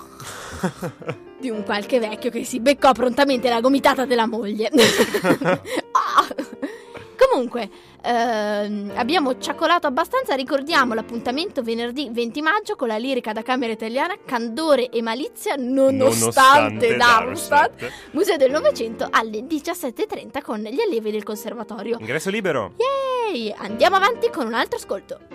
[SPEAKER 2] di un qualche vecchio che si beccò prontamente la gomitata della moglie. Ah! Comunque, ehm, abbiamo ciaccolato abbastanza. Ricordiamo l'appuntamento venerdì venti maggio con la lirica da camera italiana Candore e Malizia nonostante,
[SPEAKER 4] Nonostante
[SPEAKER 2] Darmstadt,
[SPEAKER 4] Darmstadt.
[SPEAKER 2] Museo del Novecento alle diciassette e trenta con gli allievi del conservatorio.
[SPEAKER 4] Ingresso libero.
[SPEAKER 2] Yay! Andiamo avanti con un altro ascolto.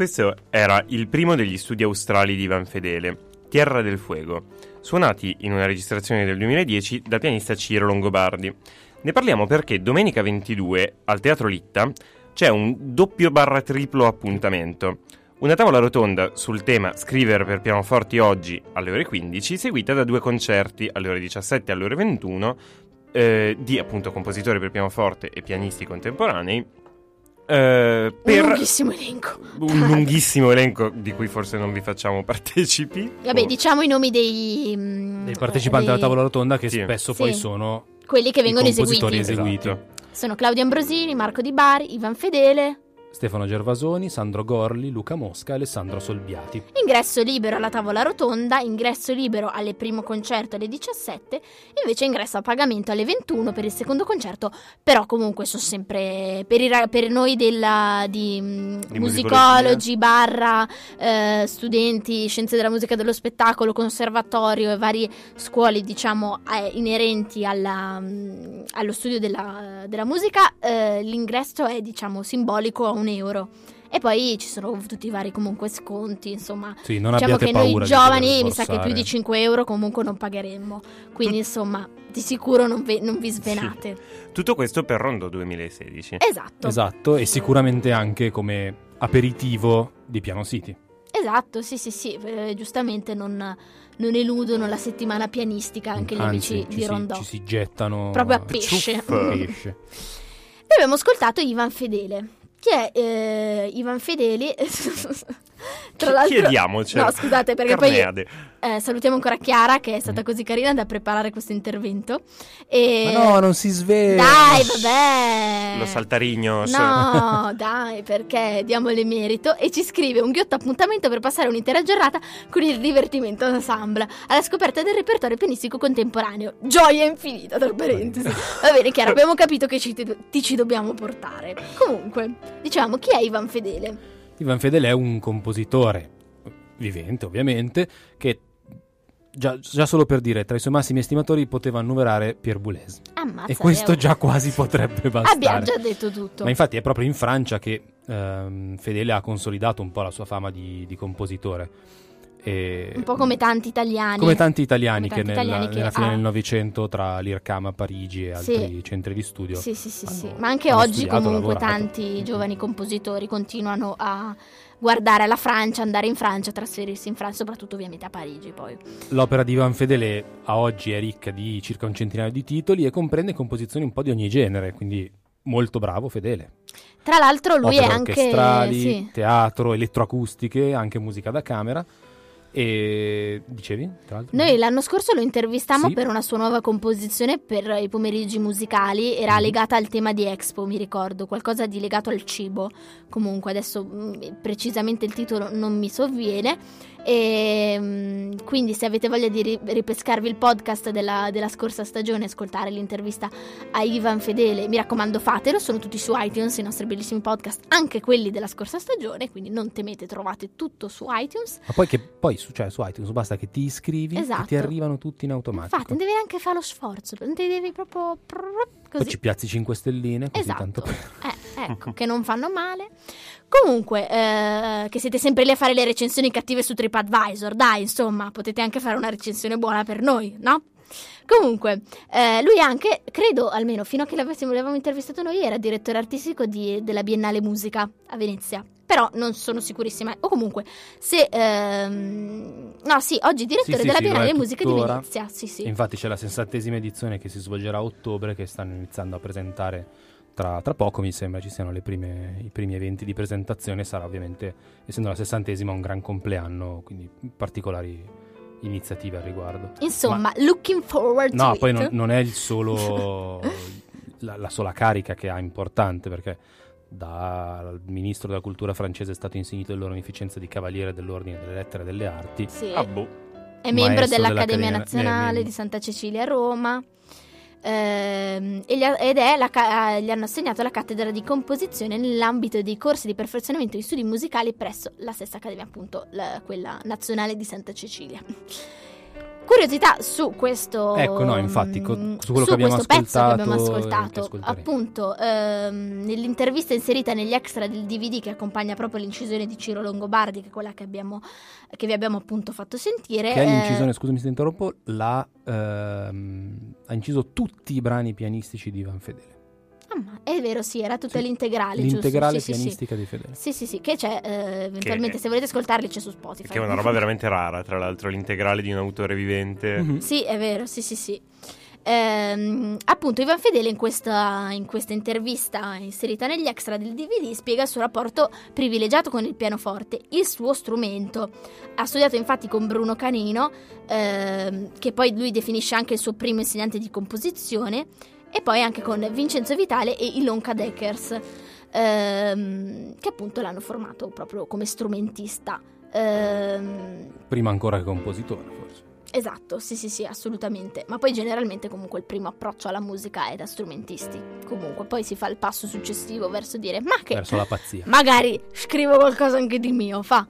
[SPEAKER 4] Questo era il primo degli studi australi di Ivan Fedele, Tierra del Fuego, suonati in una registrazione del duemiladieci dal pianista Ciro Longobardi. Ne parliamo perché domenica ventidue al Teatro Litta c'è un doppio barra triplo appuntamento. Una tavola rotonda sul tema Scrivere per pianoforti oggi alle ore quindici, seguita da due concerti alle ore diciassette e alle ore ventuno eh, di appunto compositori per pianoforte e pianisti contemporanei. Eh, per
[SPEAKER 2] un lunghissimo elenco.
[SPEAKER 4] Un lunghissimo elenco di cui forse non vi facciamo partecipi.
[SPEAKER 2] Vabbè,
[SPEAKER 4] o...
[SPEAKER 2] diciamo i nomi dei, mh,
[SPEAKER 3] Dei partecipanti
[SPEAKER 2] dei-
[SPEAKER 3] alla tavola rotonda che
[SPEAKER 4] Sì.
[SPEAKER 3] spesso
[SPEAKER 2] Sì.
[SPEAKER 3] poi sono
[SPEAKER 2] quelli che
[SPEAKER 3] i
[SPEAKER 2] vengono
[SPEAKER 3] compositori
[SPEAKER 2] eseguiti.
[SPEAKER 3] eseguiti.
[SPEAKER 4] Esatto.
[SPEAKER 2] Sono Claudio Ambrosini, Marco Di Bari, Ivan Fedele.
[SPEAKER 3] Stefano Gervasoni, Sandro Gorli, Luca Mosca e Alessandro Solbiati.
[SPEAKER 2] Ingresso libero alla tavola rotonda, ingresso libero al primo concerto alle diciassette, invece ingresso a pagamento alle ventuno per il secondo concerto, però comunque sono sempre per, i, ra- per noi della, di, mh,
[SPEAKER 4] Di
[SPEAKER 2] musicologi, barra eh, studenti, scienze della musica e dello spettacolo, conservatorio e varie scuole diciamo eh, inerenti alla, mh, allo studio della, della musica, eh, l'ingresso è diciamo simbolico a un euro. E poi ci sono tutti i vari comunque sconti, insomma.
[SPEAKER 3] Sì, non
[SPEAKER 2] Diciamo
[SPEAKER 3] abbiate
[SPEAKER 2] che
[SPEAKER 3] paura
[SPEAKER 2] noi
[SPEAKER 3] di
[SPEAKER 2] giovani
[SPEAKER 3] dover
[SPEAKER 2] mi sa che più
[SPEAKER 3] sborsare.
[SPEAKER 2] di cinque euro comunque non pagheremmo. Quindi insomma, di sicuro non, ve- non vi svenate.
[SPEAKER 4] Tutto questo per Rondò duemilasedici.
[SPEAKER 2] Esatto.
[SPEAKER 3] Esatto, e sicuramente anche come aperitivo di Piano City.
[SPEAKER 2] Esatto, sì sì sì, eh, giustamente non, non eludono la settimana pianistica anche gli
[SPEAKER 3] Anzi,
[SPEAKER 2] amici
[SPEAKER 3] ci
[SPEAKER 2] di
[SPEAKER 3] si-
[SPEAKER 2] Rondò.
[SPEAKER 3] Ci si gettano
[SPEAKER 2] Proprio a pesce.
[SPEAKER 4] Ciuff.
[SPEAKER 3] pesce.
[SPEAKER 2] Noi abbiamo ascoltato Ivan Fedele. Chi è eh, Ivan Fedele? Tra
[SPEAKER 4] Chi-
[SPEAKER 2] l'altro,
[SPEAKER 4] chiediamocelo.
[SPEAKER 2] no, scusate, perché poi
[SPEAKER 4] Carneade.
[SPEAKER 2] eh, salutiamo ancora Chiara che è stata così carina da preparare questo intervento. E...
[SPEAKER 3] Ma no, non si sveglia.
[SPEAKER 2] Dai, vabbè.
[SPEAKER 4] Lo saltarigno.
[SPEAKER 2] No, dai, perché diamole merito. E ci scrive un ghiotto appuntamento per passare un'intera giornata con il divertimento ensemble alla scoperta del repertorio pianistico contemporaneo. Gioia infinita, tra parentesi. Va bene, Chiara, abbiamo capito che ci, ti ci dobbiamo portare. Comunque, diciamo, chi è Ivan Fedele?
[SPEAKER 3] Ivan Fedele è un compositore vivente, ovviamente, che già, già solo per dire, tra i suoi massimi estimatori poteva annoverare Pierre Boulez.
[SPEAKER 2] Ammazza,
[SPEAKER 3] E questo
[SPEAKER 2] Leo.
[SPEAKER 3] già quasi potrebbe bastare.
[SPEAKER 2] Abbiamo già detto tutto.
[SPEAKER 3] Ma infatti è proprio in Francia che ehm, Fedele ha consolidato un po' la sua fama di, di compositore. E
[SPEAKER 2] Un po' come tanti italiani.
[SPEAKER 3] come tanti italiani
[SPEAKER 2] Come tanti
[SPEAKER 3] che, nella,
[SPEAKER 2] italiani che
[SPEAKER 3] nella fine
[SPEAKER 2] ha-
[SPEAKER 3] del Novecento tra l'I R C A M a Parigi e altri
[SPEAKER 2] Sì.
[SPEAKER 3] centri di studio.
[SPEAKER 2] Sì, sì, sì,
[SPEAKER 3] hanno-
[SPEAKER 2] sì. Ma anche
[SPEAKER 3] hanno
[SPEAKER 2] oggi
[SPEAKER 3] studiato,
[SPEAKER 2] comunque
[SPEAKER 3] lavorato.
[SPEAKER 2] tanti giovani compositori continuano a guardare la Francia, andare in Francia, trasferirsi in Francia, soprattutto ovviamente a Parigi poi.
[SPEAKER 3] L'opera di Ivan Fedele a oggi è ricca di circa un centinaio di titoli e comprende composizioni un po' di ogni genere, quindi molto bravo Fedele.
[SPEAKER 2] Tra l'altro lui
[SPEAKER 3] Opere
[SPEAKER 2] è anche
[SPEAKER 3] orchestrali,
[SPEAKER 2] sì.
[SPEAKER 3] teatro, elettroacustiche, anche musica da camera. E dicevi, tra l'altro?
[SPEAKER 2] Noi l'anno scorso lo intervistammo
[SPEAKER 3] Sì.
[SPEAKER 2] per una sua nuova composizione per i pomeriggi musicali, era
[SPEAKER 3] Mhm.
[SPEAKER 2] legata al tema di Expo, mi ricordo, qualcosa di legato al cibo. Comunque adesso mh, precisamente il titolo non mi sovviene. E mh, quindi se avete voglia di ri- ripescarvi il podcast della, della scorsa stagione, ascoltare l'intervista a Ivan Fedele, mi raccomando fatelo, sono tutti su iTunes i nostri bellissimi podcast, anche quelli della scorsa stagione, quindi non temete, trovate tutto su iTunes.
[SPEAKER 3] Ma poi che poi su, cioè, su iTunes basta che ti iscrivi
[SPEAKER 2] Esatto.
[SPEAKER 3] e ti arrivano tutti in automatico.
[SPEAKER 2] Infatti, non devi neanche fare lo sforzo, non ti devi proprio
[SPEAKER 3] Poi
[SPEAKER 2] così.
[SPEAKER 3] ci piazzi cinque stelline, così tanto
[SPEAKER 2] Esatto,
[SPEAKER 3] per...
[SPEAKER 2] eh, ecco, che non fanno male. Comunque, eh, che siete sempre lì a fare le recensioni cattive su TripAdvisor, dai, insomma, potete anche fare una recensione buona per noi, no? Comunque, eh, lui anche, credo, almeno fino a che l'avessimo, l'avevamo intervistato noi, era direttore artistico di- della Biennale Musica a Venezia. Però non sono sicurissima. O comunque, se... ehm, no, sì, oggi direttore
[SPEAKER 3] Sì, sì,
[SPEAKER 2] della
[SPEAKER 3] sì, lo
[SPEAKER 2] Biennale
[SPEAKER 3] è
[SPEAKER 2] Musica di
[SPEAKER 3] tuttora.
[SPEAKER 2] Venezia. Sì, sì.
[SPEAKER 3] Infatti c'è la sessantesima edizione che si svolgerà a ottobre, che stanno iniziando a presentare tra, tra poco, mi sembra ci siano le prime, i primi eventi di presentazione. Sarà ovviamente, essendo la sessantesima, un gran compleanno, quindi particolari iniziative al riguardo.
[SPEAKER 2] Insomma,
[SPEAKER 3] Ma-
[SPEAKER 2] looking forward
[SPEAKER 3] No,
[SPEAKER 2] to
[SPEAKER 3] poi
[SPEAKER 2] it.
[SPEAKER 3] non, non è il solo la, la sola carica che ha importante, perché dal ministro della cultura francese è stato insignito dell'onorificenza di cavaliere dell'ordine delle lettere e delle arti.
[SPEAKER 2] Sì.
[SPEAKER 4] Ah, boh.
[SPEAKER 2] È membro
[SPEAKER 3] Maestro
[SPEAKER 2] dell'Accademia
[SPEAKER 3] dell'Accademia-
[SPEAKER 2] Nazionale
[SPEAKER 3] eh,
[SPEAKER 2] di Santa Cecilia a Roma. Ehm, e gli ha- ed è la ca- gli hanno assegnato la cattedra di composizione nell'ambito dei corsi di perfezionamento di studi musicali presso la stessa accademia, appunto la- quella nazionale di Santa Cecilia. curiosità su questo
[SPEAKER 3] Ecco, no, infatti, co-
[SPEAKER 2] mm,
[SPEAKER 3] su quello
[SPEAKER 2] su
[SPEAKER 3] che abbiamo
[SPEAKER 2] questo pezzo che abbiamo
[SPEAKER 3] ascoltato e che
[SPEAKER 2] ascoltato,
[SPEAKER 3] ascolteremo.
[SPEAKER 2] appunto, ehm, nell'intervista inserita negli extra del D V D che accompagna proprio l'incisione di Ciro Longobardi, che è quella che abbiamo che vi abbiamo appunto fatto sentire.
[SPEAKER 3] Che è
[SPEAKER 2] eh,
[SPEAKER 3] l'incisione, scusami se ti interrompo, l'ha, ehm, ha inciso tutti i brani pianistici di Ivan Fedele.
[SPEAKER 2] ah, ma è vero, sì, era tutta
[SPEAKER 3] Sì,
[SPEAKER 2] l'integrale,
[SPEAKER 3] L'integrale
[SPEAKER 2] giusto? Sì, sì, sì.
[SPEAKER 3] pianistica di Fedele.
[SPEAKER 2] Sì, sì, sì, che c'è, eh, eventualmente se volete ascoltarli c'è su Spotify.
[SPEAKER 4] Che è una roba veramente rara, tra l'altro, l'integrale di un autore vivente.
[SPEAKER 3] Mhm.
[SPEAKER 2] Sì, è vero, sì, sì, sì. Ehm, appunto, Ivan Fedele in questa, in questa intervista inserita negli extra del D V D spiega il suo rapporto privilegiato con il pianoforte, il suo strumento. Ha studiato infatti con Bruno Canino, ehm, che poi lui definisce anche il suo primo insegnante di composizione, e poi anche con Vincenzo Vitale e Ilonka Deckers, ehm, che appunto l'hanno formato proprio come strumentista. Ehm,
[SPEAKER 3] Prima ancora che compositore, forse.
[SPEAKER 2] Esatto, sì sì sì, assolutamente. Ma poi generalmente comunque il primo approccio alla musica è da strumentisti. Comunque poi si fa il passo successivo verso dire ma che
[SPEAKER 3] Verso la pazzia.
[SPEAKER 2] magari scrivo qualcosa anche di mio, fa.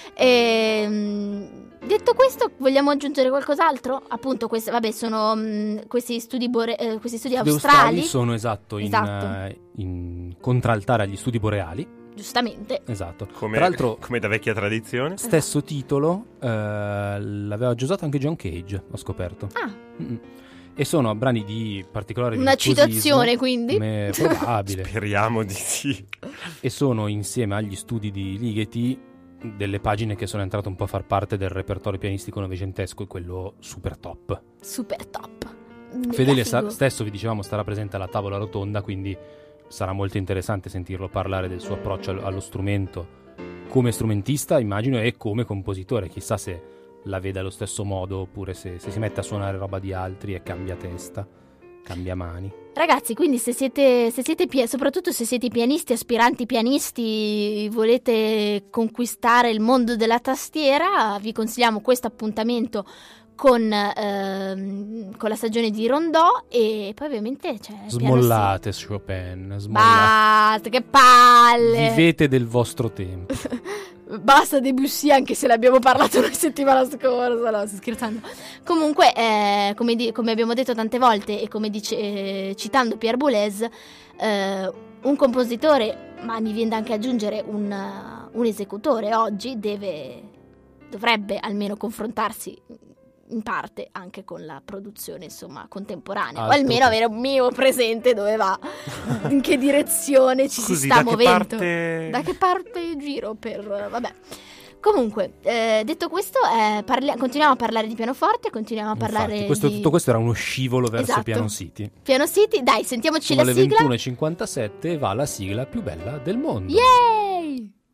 [SPEAKER 2] Ehm, detto questo, vogliamo aggiungere qualcos'altro? Appunto, questi, vabbè, sono mh, questi studi bore- eh, questi studi
[SPEAKER 3] Gli
[SPEAKER 2] australi,
[SPEAKER 3] sono esatto in,
[SPEAKER 2] Esatto.
[SPEAKER 3] eh, in contraltare agli studi boreali.
[SPEAKER 2] giustamente.
[SPEAKER 3] Esatto.
[SPEAKER 4] Come,
[SPEAKER 3] Tra l'altro,
[SPEAKER 4] come da vecchia tradizione.
[SPEAKER 3] stesso titolo eh, l'aveva già usato anche John Cage, ho scoperto.
[SPEAKER 2] Ah,
[SPEAKER 3] Mm-mm. E sono brani di particolare
[SPEAKER 2] una
[SPEAKER 3] virtuosismo,
[SPEAKER 2] citazione quindi?
[SPEAKER 3] me- probabile.
[SPEAKER 4] Speriamo di sì.
[SPEAKER 3] E sono insieme agli studi di Ligeti delle pagine che sono entrate un po' a far parte del repertorio pianistico novecentesco e quello super top.
[SPEAKER 2] Super top. Mega
[SPEAKER 3] Fedele
[SPEAKER 2] figo.
[SPEAKER 3] sta- stesso, vi dicevamo, starà presente alla tavola rotonda, quindi sarà molto interessante sentirlo parlare del suo approccio allo, allo strumento come strumentista, immagino, e come compositore. Chissà se la vede allo stesso modo oppure se, se si mette a suonare roba di altri e cambia testa, cambia mani.
[SPEAKER 2] Ragazzi, quindi se siete, se siete pia- soprattutto se siete pianisti, aspiranti pianisti, volete conquistare il mondo della tastiera, vi consigliamo questo appuntamento con, ehm, con la stagione di Rondò, e poi ovviamente c'è il piano
[SPEAKER 3] Smollate Chopin,
[SPEAKER 2] sì.
[SPEAKER 3] smollate.
[SPEAKER 2] Basta, che palle!
[SPEAKER 3] Vivete del vostro tempo.
[SPEAKER 2] Basta Debussy, anche se l'abbiamo parlato la settimana scorsa, no, sto scherzando. Comunque, eh, come, di- come abbiamo detto tante volte, e come dice, eh, citando Pierre Boulez, eh, un compositore, ma mi viene anche aggiungere un, uh, un esecutore oggi deve, dovrebbe almeno confrontarsi in parte anche con la produzione, insomma, contemporanea, o
[SPEAKER 3] Altro
[SPEAKER 2] almeno
[SPEAKER 3] che-
[SPEAKER 2] avere un minimo presente dove va, in che direzione ci
[SPEAKER 4] Scusi,
[SPEAKER 2] si sta
[SPEAKER 4] da che
[SPEAKER 2] muovendo.
[SPEAKER 4] parte-
[SPEAKER 2] Da che parte giro per... vabbè. Comunque, eh, detto questo, eh, parli- continuiamo a parlare di pianoforte, continuiamo a parlare
[SPEAKER 3] Infatti, questo-
[SPEAKER 2] di
[SPEAKER 3] tutto questo era uno scivolo verso
[SPEAKER 2] Esatto.
[SPEAKER 3] Piano City.
[SPEAKER 2] Piano City. Dai, sentiamoci
[SPEAKER 3] Sono
[SPEAKER 2] la
[SPEAKER 3] le
[SPEAKER 2] sigla.
[SPEAKER 3] ventuno e cinquantasette e va la sigla più bella del mondo.
[SPEAKER 2] Yeah!